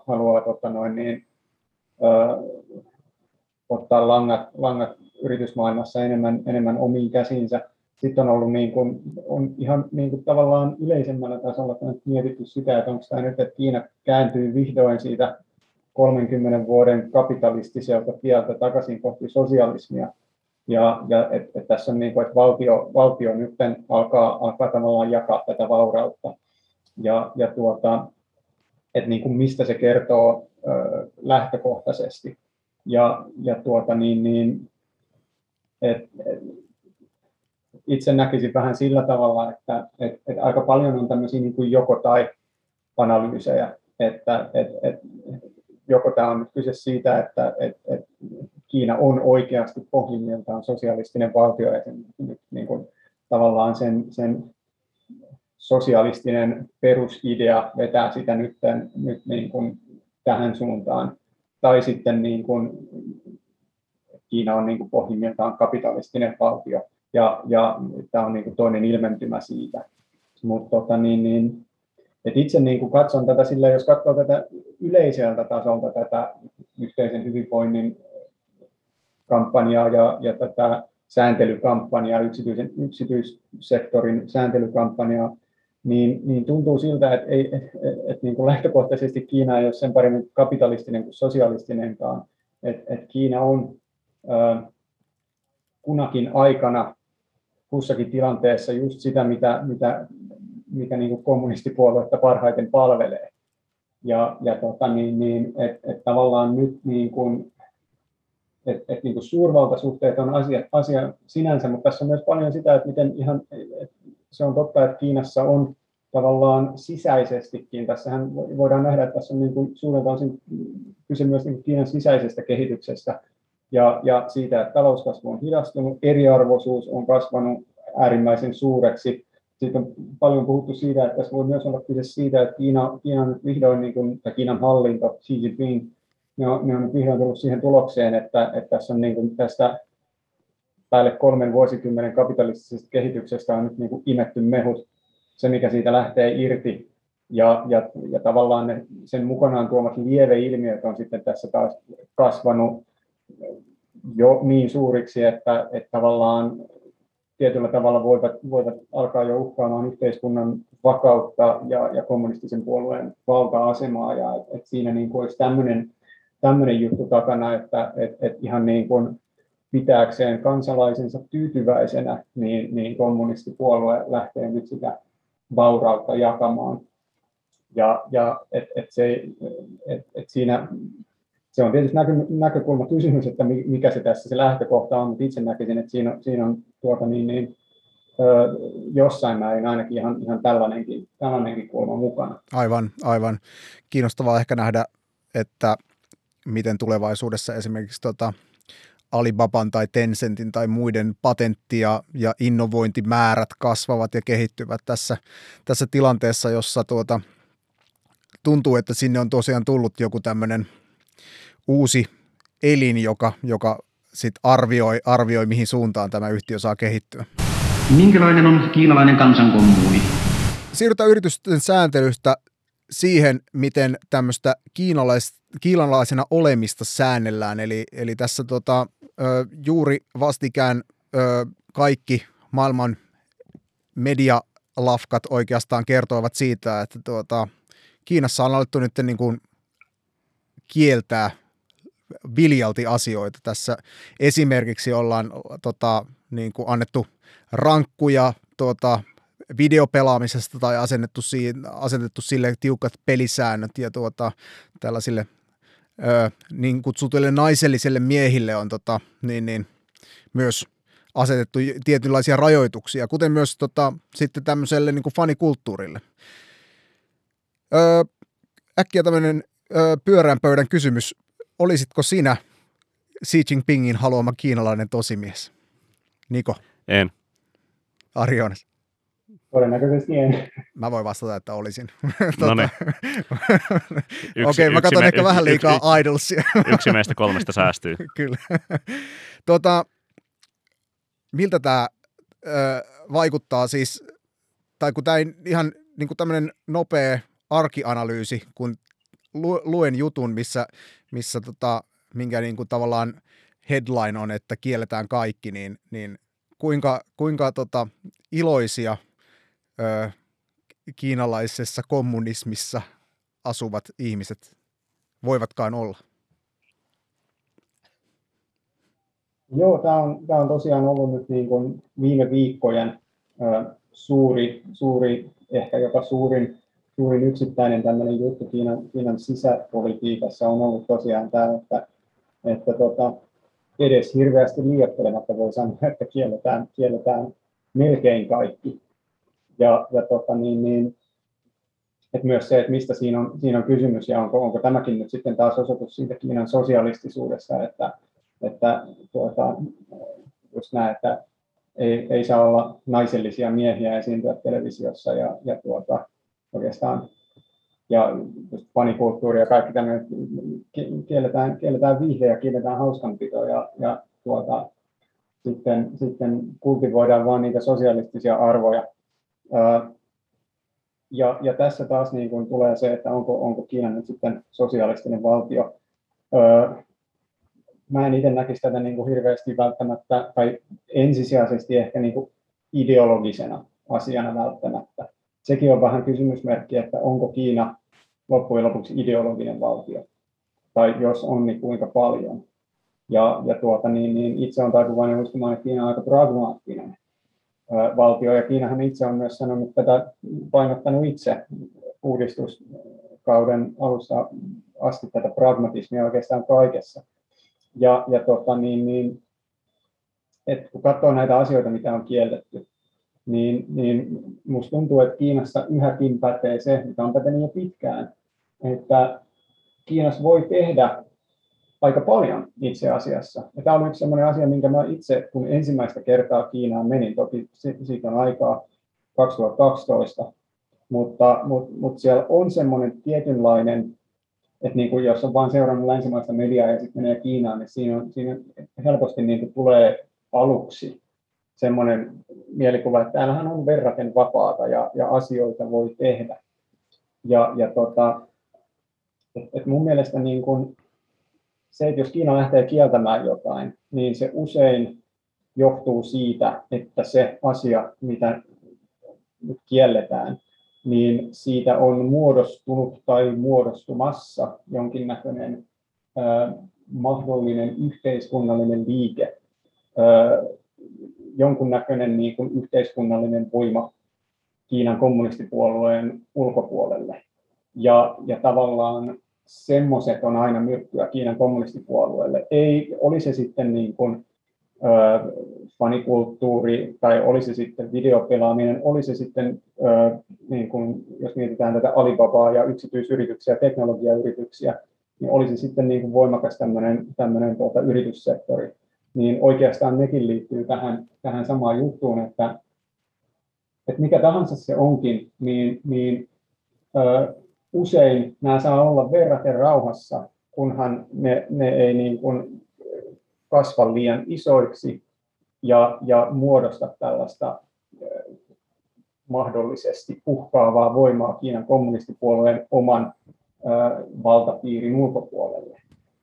ottaa langat yritysmaailmassa enemmän omiin käsiinsä. Sitten on ollut niin kuin, on ihan niin kuin tavallaan yleisemmällä tasolla mietitty sitä, että onko tämä nyt, että Kiina kääntyy vihdoin siitä 30 vuoden kapitalistiselta tieltä takaisin kohti sosialismia. Ja että tässä on niin kuin, että valtio nyt alkaa tavallaan jakaa tätä vaurautta. Että niin kuin mistä se kertoo lähtökohtaisesti. Itse näkisin vähän sillä tavalla, että aika paljon on tämmöisiä niin kuin joko-tai-analyysejä, että joko tämä on nyt kyse siitä, että Kiina on oikeasti pohjimmiltaan sosialistinen valtio ja sen, niin kuin, tavallaan sen sosialistinen perusidea vetää sitä nyt niin kuin tähän suuntaan. Tai sitten niin kuin, Kiina on niin kuin pohjimmiltaan kapitalistinen valtio ja tämä on niin kuin toinen ilmentymä siitä. Mutta itse niin kuin katson tätä sillä, jos katsoo tätä yleiseltä tasolta tätä yhteisen hyvinvoinnin kampanjaa ja tätä sääntelykampanjaa, yksityissektorin sääntelykampanjaa, niin tuntuu siltä, että niin kuin lähtökohtaisesti Kiina ei ole sen paremmin kapitalistinen kuin sosialistinenkaan. Että Kiina on kunakin aikana kussakin tilanteessa just sitä, mikä niin kuin kommunistipuoluetta parhaiten palvelee. Että tavallaan nyt niin kuin, niin kuin suurvaltasuhteet on asia sinänsä, mutta tässä on myös paljon sitä, että miten ihan, se on totta, että Kiinassa on tavallaan sisäisestikin, tässähän voidaan nähdä, että tässä on niin kuin suurelta osin kyse myös niin kuin Kiinan sisäisestä kehityksestä ja siitä, että talouskasvu on hidastunut, eriarvoisuus on kasvanut äärimmäisen suureksi. Sitten on paljon puhuttu siitä, että tässä voi myös olla kyse siitä, että Kiinan vihdoin, niin kuin, Kiinan hallinto, Xi Jinping, ne on vihdoin tullut siihen tulokseen, että tässä on niin kuin tästä päälle 3 vuosikymmenen kapitalistisesta kehityksestä on nyt niin kuin imetty mehut, se mikä siitä lähtee irti, ja tavallaan sen mukanaan tuomat lieveilmiöt on sitten tässä taas kasvanut jo niin suuriksi, että tavallaan tietyllä tavalla voivat alkaa jo uhkaamaan yhteiskunnan vakautta ja kommunistisen puolueen valta-asemaa, ja että siinä niin kuin olisi tämmöinen juttu takana, että ihan niin kuin pitääkseen kansalaisensa tyytyväisenä, niin kommunistipuolue lähtee nyt sitä vaurautta jakamaan. Ja siinä se on tietysti näkökulmakysymys, että mikä se tässä se lähtökohta on, mutta itse näkisin, että siinä on jossain määrin ainakin ihan tällainenkin kulma mukana. Aivan. Kiinnostavaa ehkä nähdä, että miten tulevaisuudessa esimerkiksi Alibaban tai Tencentin tai muiden patentti- ja innovointimäärät kasvavat ja kehittyvät tässä tilanteessa, jossa tuntuu, että sinne on tosiaan tullut joku tämmöinen uusi elin, joka sit arvioi, mihin suuntaan tämä yhtiö saa kehittyä. Minkälainen on kiinalainen kansankommuuni? Siirrytään yritysten sääntelystä siihen, miten tämmöistä kiinalaisena olemista säännellään. Eli tässä juuri vastikään kaikki maailman medialafkat oikeastaan kertoivat siitä, että Kiinassa on alettu nyt niin kuin kieltää viljalti asioita. Tässä esimerkiksi ollaan niin kuin annettu rankkuja videopelaamisesta tai asetettu sille tiukat pelisäännöt ja tällaisille niin kutsutuille naisellisille miehille on myös asetettu tietynlaisia rajoituksia, kuten myös sitten tämmöiselle niin kuin fanikulttuurille. Äkkiä tämmöinen pyörään pöydän kysymys. Olisitko sinä Xi Jinpingin haluama kiinalainen tosimies? Niko? En. Ari Joonas? Todennäköisesti en. Mä voin vastata, että olisin. Noniin. Okei, mä katson ehkä vähän liikaa Idolsia. Yksi meistä 3 säästyy. Kyllä. Miltä tämä vaikuttaa siis, tai kun tämä ihan niin kuin tämmöinen nopea arkianalyysi, kun luen jutun, minkä niin kuin tavallaan headline on, että kielletään kaikki, niin kuinka iloisia kiinalaisessa kommunismissa asuvat ihmiset voivatkaan olla? Joo, tämä on tosiaan ollut nyt niin kuin viime viikkojen suuri, ehkä jopa suurin yksittäinen tämmöinen juttu Kiinan sisäpolitiikassa on ollut tosiaan tämä, että edes hirveästi liioittelematta voi sanoa, että kielletään melkein kaikki. Että myös se, että mistä siinä on kysymys ja onko tämäkin nyt sitten taas osoitus siitä Kiinan sosialistisuudessa, että just näin, että ei saa olla naisellisia miehiä esiintyä televisiossa ja oikeastaan ja fanikulttuuri ja kaikki tämmöinen, kielletään viihde ja kielletään hauskanpito ja sitten kultivoidaan vaan niitä sosialistisia arvoja. Ja tässä taas niin kuin tulee se, että onko Kiina nyt sitten sosialistinen valtio. Mä en itse näkisi tätä niin kuin hirveästi välttämättä, tai ensisijaisesti ehkä niin kuin ideologisena asiana välttämättä. Sekin on vähän kysymysmerkki, että onko Kiina loppujen lopuksi ideologinen valtio, tai jos on, niin kuinka paljon. Ja itse on taipuvainen uskomaan, että Kiina on aika pragmaattinen valtio, ja Kiinahan itse on myös sanonut tätä, painottanut itse uudistuskauden alusta asti tätä pragmatismia oikeastaan kaikessa. Et kun katsoo näitä asioita, mitä on kielletty, niin musta tuntuu, että Kiinassa yhäkin pätee se, mitä on pätenyt jo pitkään, että Kiinassa voi tehdä aika paljon itse asiassa. Ja tämä on yksi sellainen asia, minkä mä itse, kun ensimmäistä kertaa Kiinaan menin, toki siitä on aikaa 2012, mutta siellä on semmoinen tietynlainen, että niin kuin jos on vain seurannut länsimaista mediaa ja sitten menee Kiinaan, niin siinä helposti niin kuin tulee aluksi semmoinen mielikuva, että täällähän on verraten vapaata ja asioita voi tehdä. Et mun mielestä niin kun se, että jos Kiina lähtee kieltämään jotain, niin se usein johtuu siitä, että se asia, mitä nyt kielletään, niin siitä on muodostunut tai muodostumassa jonkinnäköinen mahdollinen yhteiskunnallinen liike, jonkunnäköinen niin kuin yhteiskunnallinen voima Kiinan kommunistipuolueen ulkopuolelle. Ja tavallaan semmoiset on aina myrkkyä Kiinan kommunistipuolueelle. Ei, oli se sitten niin kuin, fanikulttuuri tai oli se sitten videopelaaminen, oli se sitten, niin kuin, jos mietitään tätä Alibabaa ja yksityisyrityksiä, teknologiayrityksiä, niin oli se sitten niin kuin voimakas tämmöinen yrityssektori, niin oikeastaan nekin liittyy tähän samaan juttuun, että mikä tahansa se onkin, niin usein nämä saa olla verraten rauhassa, kunhan ne ei niin kuin kasva liian isoiksi ja muodosta tällaista mahdollisesti uhkaavaa voimaa Kiinan kommunistipuolueen oman valtapiirin ulkopuolelle.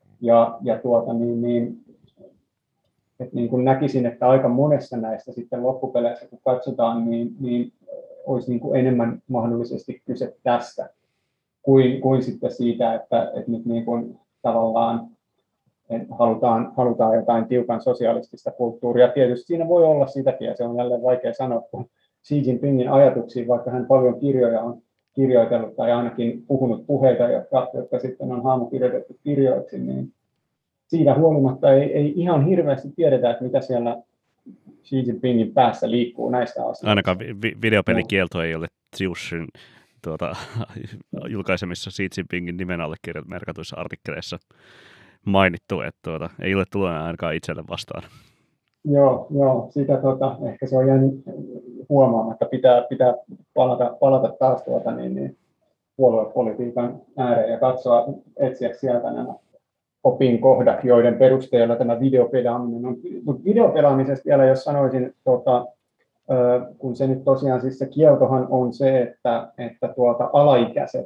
Niin kuin näkisin, että aika monessa näistä sitten loppupeleissä, kun katsotaan, niin olisi niin kuin enemmän mahdollisesti kyse tästä kuin sitten siitä, että nyt niin kuin tavallaan halutaan jotain tiukan sosialistista kulttuuria. Tietysti siinä voi olla sitäkin, ja se on jälleen vaikea sanoa, kun Xi Jinpingin ajatuksiin, vaikka hän paljon kirjoja on kirjoitellut tai ainakin puhunut puheita, jotka sitten on haamukirjoitettu kirjoiksi, niin siitä huolimatta ei ihan hirveästi tiedetä, että mitä siellä Xi Jinpingin päässä liikkuu näistä asioista. Ainakaan videopelikielto ei ole Xiuxin julkaisemissa Xi Jinpingin nimen alle merkatuissa artikkeleissa mainittu, että ei ole tullut ainakaan itselle vastaan. Joo, sitä ehkä se on jäänyt huomaamatta. Pitää palata taas puoluepolitiikan ääreen ja etsiä sieltä nämä opinkohdat, joiden perusteella tämä videopelaaminen on. Mutta videopelaamisesta vielä, jos sanoisin, kun se nyt tosiaan, siis se kieltohan on se, että alaikäiset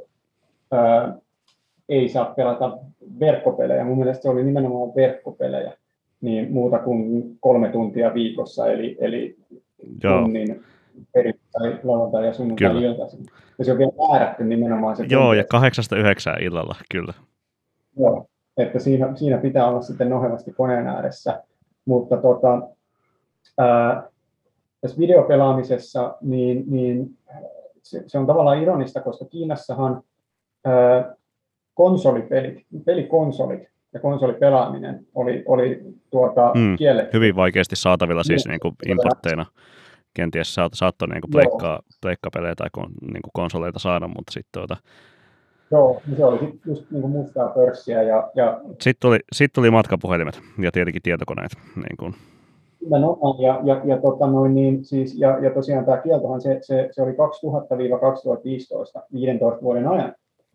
ei saa pelata verkkopelejä. Mun mielestä se oli nimenomaan verkkopelejä, niin muuta kuin 3 tuntia viikossa, eli tunnin perjantai, lauantai ja sunnuntai iltaisin. Ja se on vielä määrätty nimenomaan se. Joo, ja 8-9 illalla, kyllä. Joo, että siinä pitää olla sitten nohevasti koneen ääressä. Mutta tässä videopelaamisessa, niin se on tavallaan ironista, koska Kiinassahan pelikonsolit ja konsolipelaaminen oli kielletty. Hyvin vaikeasti saatavilla siis niin kuin importteina. Kenties saattoi niin pleikkapelejä tai niin kuin konsoleita saada, mutta sitten Joo, niin se oli sitten just niin kuin mustaa pörssiä. Sitten tuli matkapuhelimet ja tietenkin tietokoneet. Niin kuin. Ja tosiaan tämä kieltohan se oli 2000-2015, 15 vuoden ajan.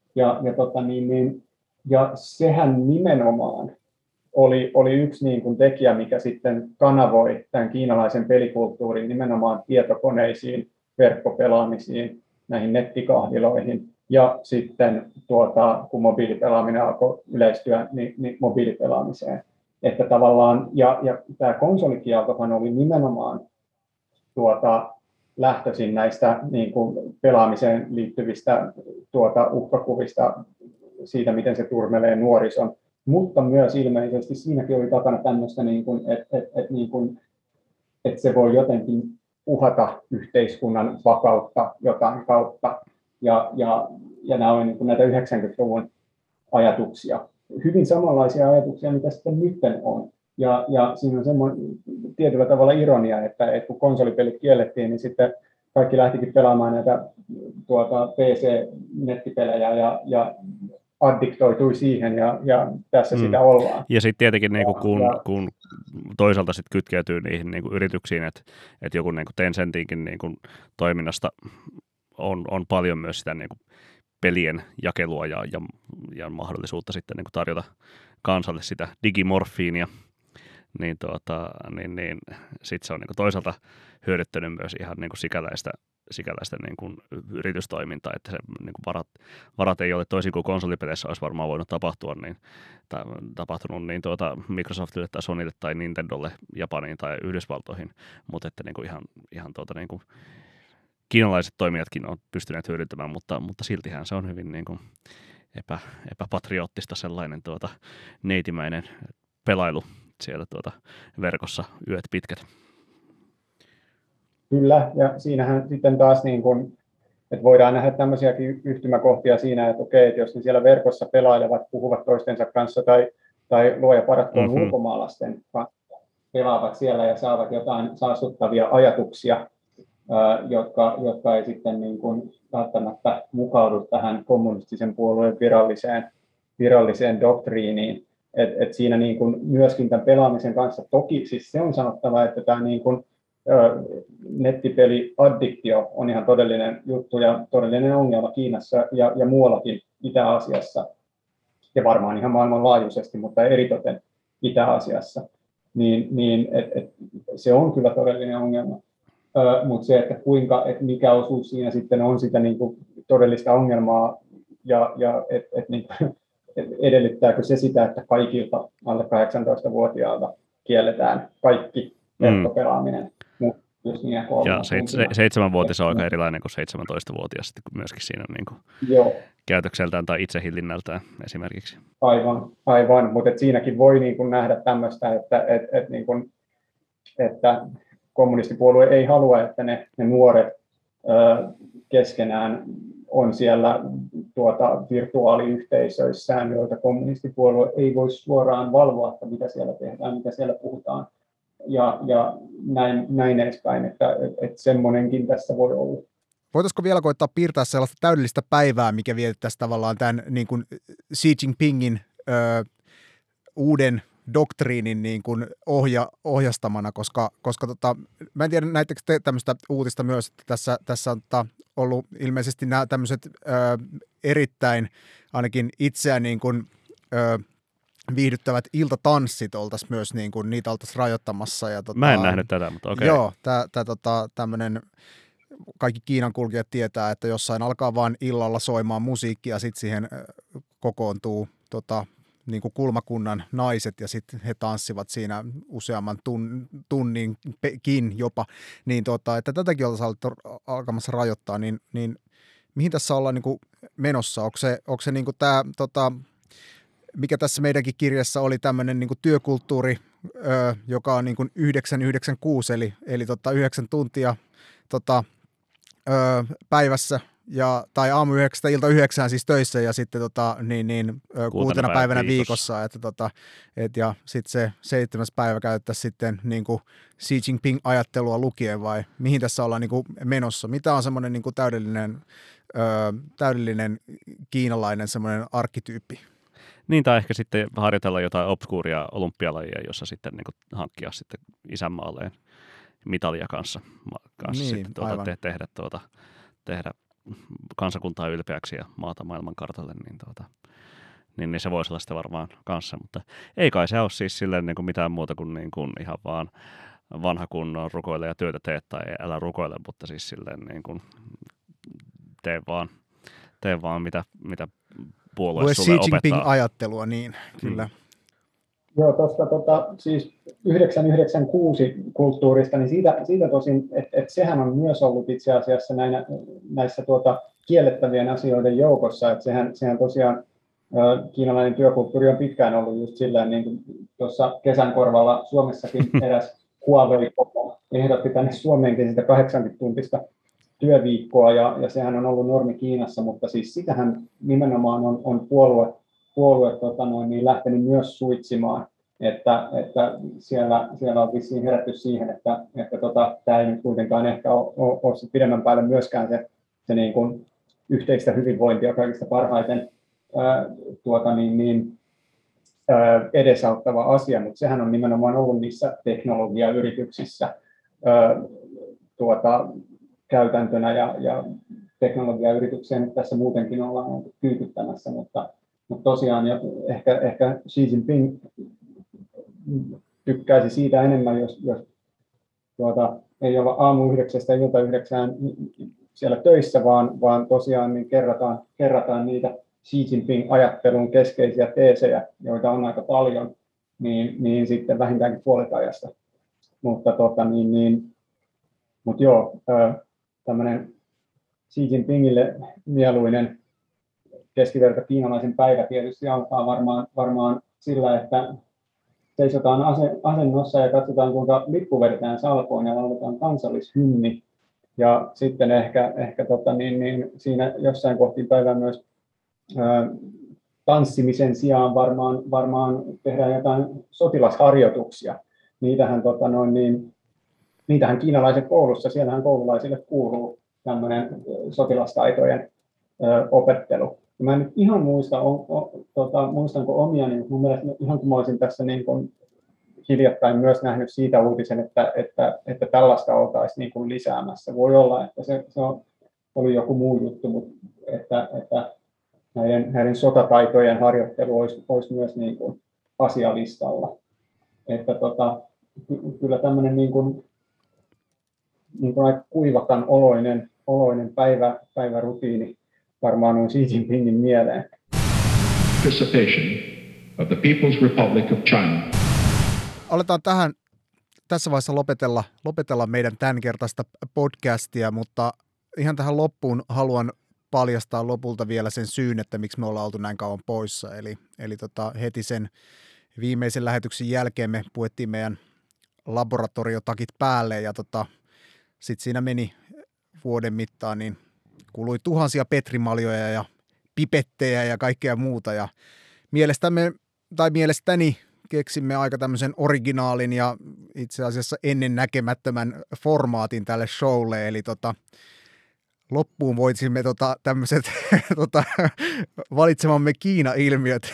Ja sehän nimenomaan oli yksi niin kuin tekijä, mikä sitten kanavoi tämän kiinalaisen pelikulttuurin nimenomaan tietokoneisiin, verkkopelaamisiin, näihin nettikahviloihin. Ja sitten kun mobiilipelaaminen alkoi yleistyä, niin mobiilipelaamiseen. Että tavallaan, ja tämä konsolikieltohan oli nimenomaan lähtöisin näistä niin kuin pelaamiseen liittyvistä uhkakuvista, siitä miten se turmelee nuorison, mutta myös ilmeisesti siinäkin oli takana tämmöistä, niin että se voi jotenkin uhata yhteiskunnan vakautta jotain kautta, ja nämä on niin kuin näitä 90-luvun ajatuksia. Hyvin samanlaisia ajatuksia, mitä sitten nyt on. Ja siinä on semmoinen tietyllä tavalla ironia, että kun konsolipelit kiellettiin, niin sitten kaikki lähtikin pelaamaan näitä PC-nettipelejä ja addiktoitui siihen, ja tässä sitä ollaan. Ja sitten tietenkin niin kun toisaalta sit kytkeytyy niihin niin kuin yrityksiin, että joku niin kuin Tencentinkin niin kuin toiminnasta on paljon myös sitä niin kuin pelien jakelua ja mahdollisuutta sitten niin kuin tarjota kansalle sitä digimorfiinia, niin sitten se on niin kuin toisaalta hyödyttänyt myös ihan niin kuin sikäläistä niin kuin yritystoimintaa, että se niin kuin varat ei ole toisin kuin konsolipeleissä olisi varmaan voinut tapahtunut Microsoftille tai Sonylle tai Nintendolle Japaniin tai Yhdysvaltoihin, mutta että niin kuin ihan niin kuin kiinalaiset toimijatkin on pystyneet hyödyntämään, mutta siltihän se on hyvin niin kuin epäpatriottista sellainen neitimäinen pelailu siellä verkossa yöt pitkät. Kyllä, ja siinähän sitten taas niin kuin että voidaan nähdä tämmöisiäkin yhtymäkohtia siinä, että okei, että jos ne siellä verkossa pelailevat, puhuvat toistensa kanssa tai luoja paratkoon ulkomaalaisten kanssa, pelaavat siellä ja saavat jotain saastuttavia ajatuksia, jotka ei sitten niin kuin välttämättä mukaudu tähän kommunistisen puolueen viralliseen doktriiniin. Et siinä niin kuin myöskin tämän pelaamisen kanssa toki, siis se on sanottava, että tämä niin kuin, nettipeliaddiktio on ihan todellinen juttu ja todellinen ongelma Kiinassa ja muuallakin Itä-Aasiassa ja varmaan ihan maailmanlaajuisesti, mutta eritoten Itä-Aasiassa. Se on kyllä todellinen ongelma. Mutta se, että mikä osuus siinä sitten on sitä niin kuin todellista ongelmaa ja niin edellyttääkö se sitä, että kaikilta alle 18-vuotiaalta kielletään kaikki verkkopelaaminen. Ja 7-vuotias on aika erilainen kuin 17-vuotias myöskin siinä niin kuin käytökseltään tai itsehillinnältään esimerkiksi. Aivan. Mutta siinäkin voi niin kuin nähdä tämmöistä, että kommunistipuolue ei halua, että ne nuoret keskenään on siellä virtuaaliyhteisöissään, joita kommunistipuolue ei voi suoraan valvoa, että mitä siellä tehdään, mitä siellä puhutaan ja näin edespäin, että semmoinenkin tässä voi olla. Voitaisiko vielä koittaa piirtää sellaista täydellistä päivää, mikä vietettäisiin tavallaan tämän niin kuin Xi Jinpingin uuden doktriinin niin kuin ohjastamana, koska mä en tiedä, näittekö te tämmöistä uutista myös, että tässä on ollut ilmeisesti nämä tämmöiset erittäin ainakin itseään niin kuin, viihdyttävät iltatanssit oltaisiin myös, niin kuin, niitä oltaisiin rajoittamassa. Ja, mä en nähnyt tätä, mutta okei. Joo, tämmöinen, kaikki Kiinan kulkijat tietää, että jossain alkaa vaan illalla soimaan musiikkia ja sitten siihen kokoontuu niin kuin kulmakunnan naiset ja sitten he tanssivat siinä useamman tunninkin jopa, niin että tätäkin oltaisiin alkamassa rajoittaa, niin mihin tässä ollaan niin kuin menossa? Onko se niin kuin tämä, mikä tässä meidänkin kirjassa oli tämmöinen niin kuin työkulttuuri, joka on niin kuin 996, eli 9 tuntia päivässä, tai aamu 9 ilta 9 siis töissä ja sitten 6 päivänä viikossa, ja sitten se 7. päivä käyttäisiin sitten niin kuin Xi Jinping-ajattelua lukien, vai mihin tässä ollaan niin kuin menossa? Mitä on semmoinen niin kuin täydellinen kiinalainen semmoinen arkkityyppi? Niin, tai ehkä sitten harjoitella jotain obskuuria olympialajia, jossa sitten niin kuin hankkia sitten isänmaalleen mitalia kanssa niin, sitten tehdä kansakuntaa ylpeäksi ja maata maailmankartalle, niin se voisi olla sitä varmaan kanssa, mutta ei kai se ole siis silleen niin kuin mitään muuta kuin, niin kuin ihan vaan vanha kunnon rukoile ja työtä teet tai älä rukoile, mutta siis silleen niin kuin tee vaan mitä puolue sulle opettaa. Xi Jinping-ajattelua, niin kyllä. Joo, tuosta siis 996 kulttuurista, niin siitä tosin, että sehän on myös ollut itse asiassa näissä kiellettävien asioiden joukossa, että sehän tosiaan kiinalainen työkulttuuri on pitkään ollut just silleen, niin kuin tuossa kesän korvalla Suomessakin eräs Huawei ehdotti tänne Suomeenkin sitä 80-tuntista työviikkoa, ja sehän on ollut normi Kiinassa, mutta siis sitähän nimenomaan on puolue niin lähtenyt myös suitsimaan, että siellä on vissiin herätty siihen, että tämä ei nyt kuitenkaan ehkä ole pidemmän päälle myöskään se niin kuin yhteistä hyvinvointia kaikista parhaiten edesauttava asia, mutta sehän on nimenomaan ollut niissä teknologiayrityksissä käytäntönä ja teknologiayritykseen tässä muutenkin ollaan kyykyttämässä, mutta tosiaan ehkä Xi Jinping tykkäisi siitä enemmän, jos ei olla aamu 9 ilta 9 siellä töissä, vaan tosiaan niin kerrataan niitä Xi Jinping-ajattelun keskeisiä teesejä, joita on aika paljon, niin sitten vähintäänkin puolet ajasta. Mutta tämmöinen Xi Jinpingille mieluinen keskiverto kiinalaisen päivä tietysti alkaa varmaan sillä, että seisotaan asennossa ja katsotaan, kuinka lippu vedetään salkoon ja lauletaan kansallishymni. Ja sitten ehkä siinä jossain kohti päivää myös tanssimisen sijaan varmaan tehdään jotain sotilasharjoituksia. Niitähän kiinalaisen koulussa, siellähän koululaisille kuuluu tämmöinen sotilastaitojen opettelu. Mä en nyt ihan muistanko omiani, mutta mun mielestä ihan kun mä olisin tässä niin kuin hiljattain myös nähnyt siitä uutisen, että tällaista oltaisiin niin kuin lisäämässä. Voi olla, että se oli joku muu juttu, mutta että näiden sotataitojen harjoittelu olisi myös niin kuin asialistalla. Että kyllä tämmöinen niin kuin aika kuivakan oloinen päivärutiini varmaan on Xi Jinpingin mieleen. Participation of the People's Republic of China. Aletaan tässä vaiheessa lopetella meidän tämänkertaista podcastia, mutta ihan tähän loppuun haluan paljastaa lopulta vielä sen syyn, että miksi me ollaan oltu näin kauan poissa. Eli heti sen viimeisen lähetyksen jälkeen me puettiin meidän laboratoriotakit päälle ja sitten siinä meni vuoden mittaan, niin kului tuhansia petrimaljoja ja pipettejä ja kaikkea muuta. Ja mielestäni keksimme aika tämmöisen originaalin ja itse asiassa ennennäkemättömän formaatin tälle showlle, eli loppuun voisimme tämmöiset valitsemamme Kiina-ilmiöt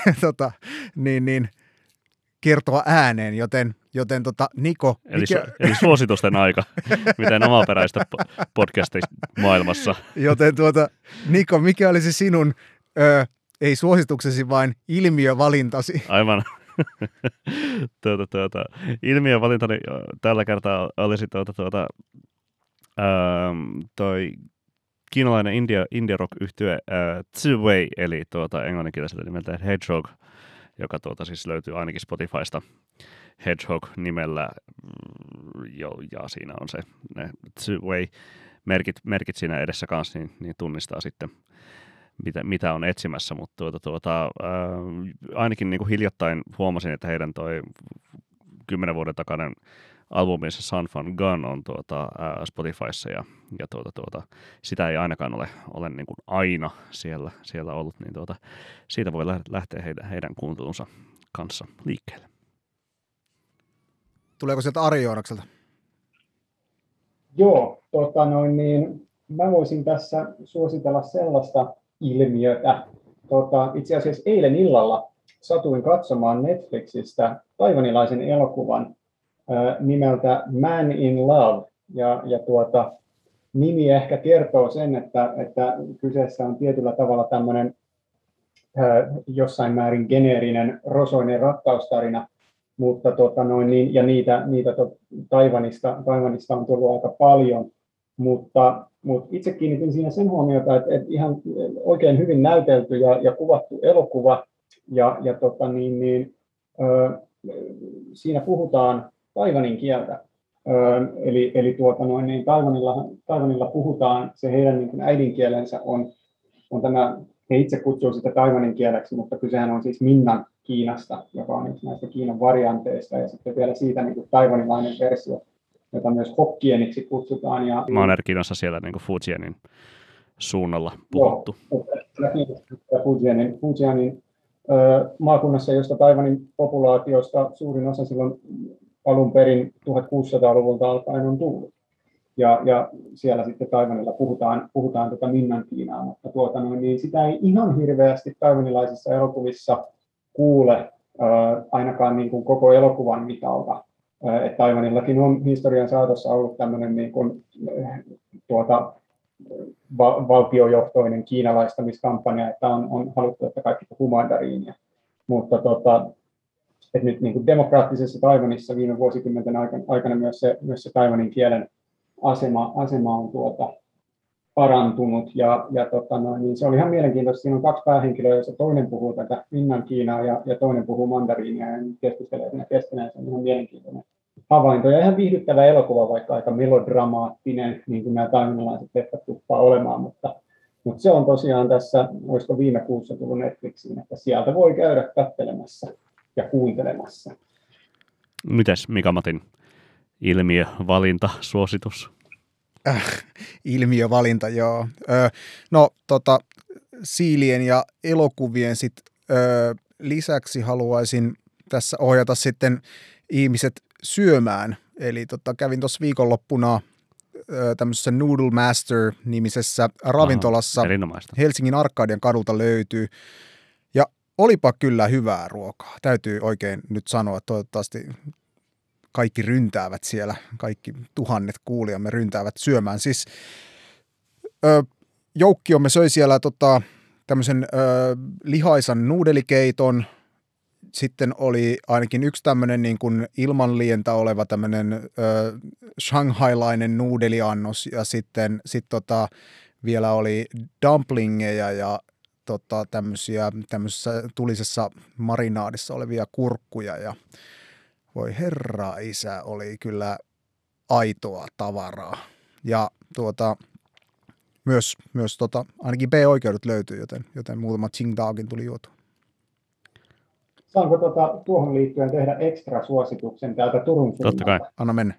kertoa ääneen, joten Niko. Eli suositusten aika, miten omaperäistä podcastimaailmassa. Joten Niko, mikä olisi sinun, ei suosituksesi, vaan ilmiövalintasi? Aivan. Ilmiövalintani tällä kertaa olisi toi kiinalainen indie rock yhtye Ziwei, eli englanninkieliseltä nimeltä Hedgehog, joka siis löytyy ainakin Spotifysta Hedgehog-nimellä, ja siinä on ne Ziwei merkit siinä edessä kanssa, niin tunnistaa sitten, mitä on etsimässä, mutta ainakin niin kuin hiljattain huomasin, että heidän toi 10 vuoden takainen albuminsa Sun Fun Gun on Spotifyssa ja sitä ei ainakaan ole niin kuin aina siellä ollut, niin siitä voi lähteä heidän kuuntelunsa kanssa liikkeelle. Tuleeko sieltä Ari Joonakselta? Joo, mä voisin tässä suositella sellaista ilmiötä. Itse asiassa eilen illalla satuin katsomaan Netflixistä taiwanilaisen elokuvan nimeltä Man in Love. Ja nimi ehkä kertoo sen, että kyseessä on tietyllä tavalla tämmöinen jossain määrin geneerinen rosoinen rakkaustarina, mutta ja niitä Taiwanista on tullut aika paljon, mutta itse kiinnitin siinä sen huomiota, että ihan oikein hyvin näytelty ja kuvattu elokuva ja siinä puhutaan taiwanin kieltä. Eli Taiwanilla puhutaan, se heidän niin kuin äidinkielensä on tämä, he itse kutsuu sitä taiwanin kieleksi, mutta kysehän on siis Minnan Kiinasta, joka on yksi näistä Kiinan varianteista, ja sitten vielä siitä niin kuin taiwanilainen versio, jota myös hokkieniksi kutsutaan. Manner-Kiinassa siellä niin kuin Fujianin suunnalla puhuttu. Joo, Fujianin maakunnassa, josta Taiwanin populaatiosta suurin osa silloin alun perin 1600-luvulta alkaen on tullut. Ja siellä sitten Taiwanilla puhutaan Minnan Kiinaa, mutta niin sitä ei ihan hirveästi taiwanilaisissa elokuvissa kuule ainakaan niin kuin koko elokuvan mitalta. Että Taiwanillakin on historian saatossa ollut tämmöinen niin kuin, valtiojohtoinen kiinalaistamiskampanja, että on haluttu, että kaikki puhuu mandariinia. Mutta että nyt niin kuin demokraattisessa Taiwanissa viime vuosikymmenten aikana myös se taiwanin kielen asema on parantunut niin se oli ihan mielenkiintoista. Siinä on 2 päähenkilöä, joissa toinen puhuu tätä Minnan Kiinaa ja toinen puhuu mandariinia ja keskustelee siinä keskenään. Se on ihan mielenkiintoinen havainto ja ihan viihdyttävä elokuva, vaikka aika melodramaattinen, niin kuin nämä taiwanilaiset tehtävät tuppaa olemaan, mutta se on tosiaan tässä, olisiko viime kuussa tullut Netflixiin, että sieltä voi käydä katselemassa ja kuuntelemassa. Mites Mika-Matin ilmiövalinta, suositus? Ilmiövalinta, joo. No, siilien ja elokuvien lisäksi haluaisin tässä ohjata sitten ihmiset syömään. Eli kävin tuossa viikonloppuna tämmöisessä Noodle Master-nimisessä ravintolassa. Erinomaista. Helsingin Arkadian kadulta löytyy. Ja olipa kyllä hyvää ruokaa. Täytyy oikein nyt sanoa, että toivottavasti kaikki ryntäävät siellä, kaikki tuhannet kuulijamme ryntäävät syömään. Siis joukkiomme söi siellä tämmöisen lihaisan nuudelikeiton. Sitten oli ainakin yksi tämmöinen niin kuin ilmanlientä oleva tämmöinen shanghailainen nuudeliannos ja sitten vielä oli dumplingeja ja tämmöisessä tulisessa marinaadissa olevia kurkkuja ja voi herra isä, oli kyllä aitoa tavaraa. Ja myös ainakin B-oikeudet löytyy, joten muutama Qingdaokin tuli juotua. Saanko tuohon liittyen tehdä ekstra suosituksen täältä Turun suunnalta? Totta kai. Anna mennä.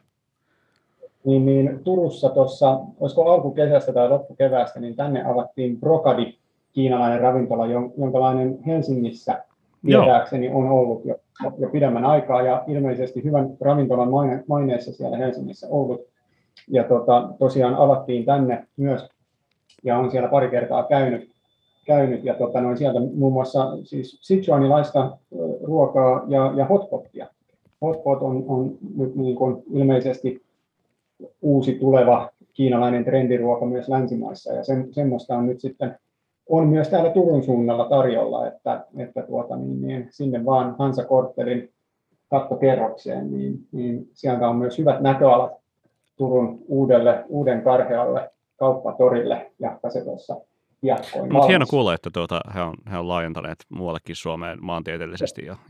Niin Turussa tuossa, olisiko alkukesästä tai loppukeväästä, niin tänne avattiin Brokadi, kiinalainen ravintola, jonkalainen Helsingissä tietääkseni on ollut jo pidemmän aikaa ja ilmeisesti hyvän ravintolan maineessa siellä Helsingissä ollut. Ja tosiaan avattiin tänne myös ja on siellä pari kertaa käynyt ja sieltä muun muassa siis sichuanilaista ruokaa ja hotpotia. Hotpot on nyt niin kuin ilmeisesti uusi tuleva kiinalainen trendiruoka myös länsimaissa ja semmoista on nyt sitten on myös täällä Turun suunnalla tarjolla, että sinne vaan Hansa-korttelin kattokerrokseen, niin sieltä on myös hyvät näköalat Turun uuden karhealle kauppatorille, jahka se tuossa piakkoin. Mutta hieno kuulla, että he on laajentaneet muuallekin Suomeen maantieteellisesti ja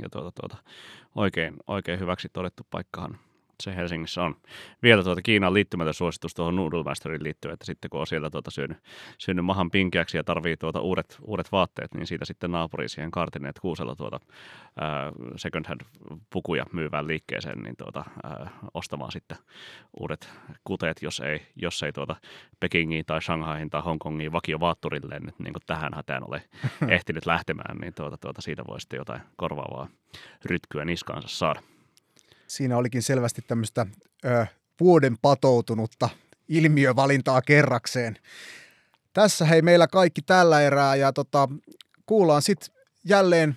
oikein hyväksi todettu paikkahan se Helsingissä on. Vielä Kiinan liittymätön suositus tuohon Noodle Masteriin liittyen, että sitten kun on sieltä syönyt mahan pinkeäksi ja tarvii uudet vaatteet, niin siitä sitten naapuriin siihen Kartineet Kuusella second hand pukuja myyvään liikkeeseen, niin ostamaan sitten uudet kuteet, jos ei Pekingiin tai Shanghaihin tai Hongkongiin vakiovaatturilleen nyt niin kuin tähän hätään ole ehtinyt lähtemään, niin siitä voi sitten jotain korvaavaa rytkyä niskaansa saada. Siinä olikin selvästi tämmöistä vuoden patoutunutta ilmiövalintaa kerrakseen. Tässä hei meillä kaikki tällä erää ja kuullaan sitten jälleen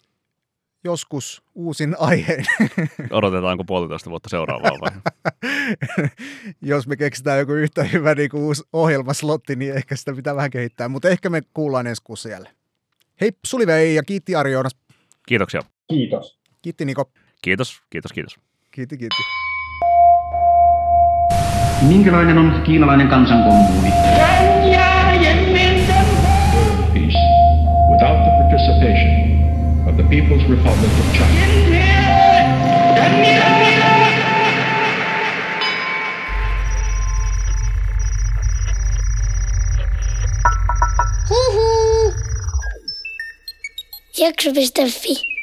joskus uusin aiheen. Odotetaanko 1,5 vuotta seuraavaa vai? Jos me keksitään joku yhtä hyvä niin kuin uusi ohjelmaslotti, niin ehkä sitä pitää vähän kehittää, mutta ehkä me kuullaan ensi kuussa jälleen. Hei Suli vei ja kiitti Ari Joonas. Kiitoksia. Kiitos. Kiitti Niko. Kiitos. Kiitti. Minkälainen on kiinalainen kansankommuuni? Peace without the participation of the People's Republic of China. Jakso.fi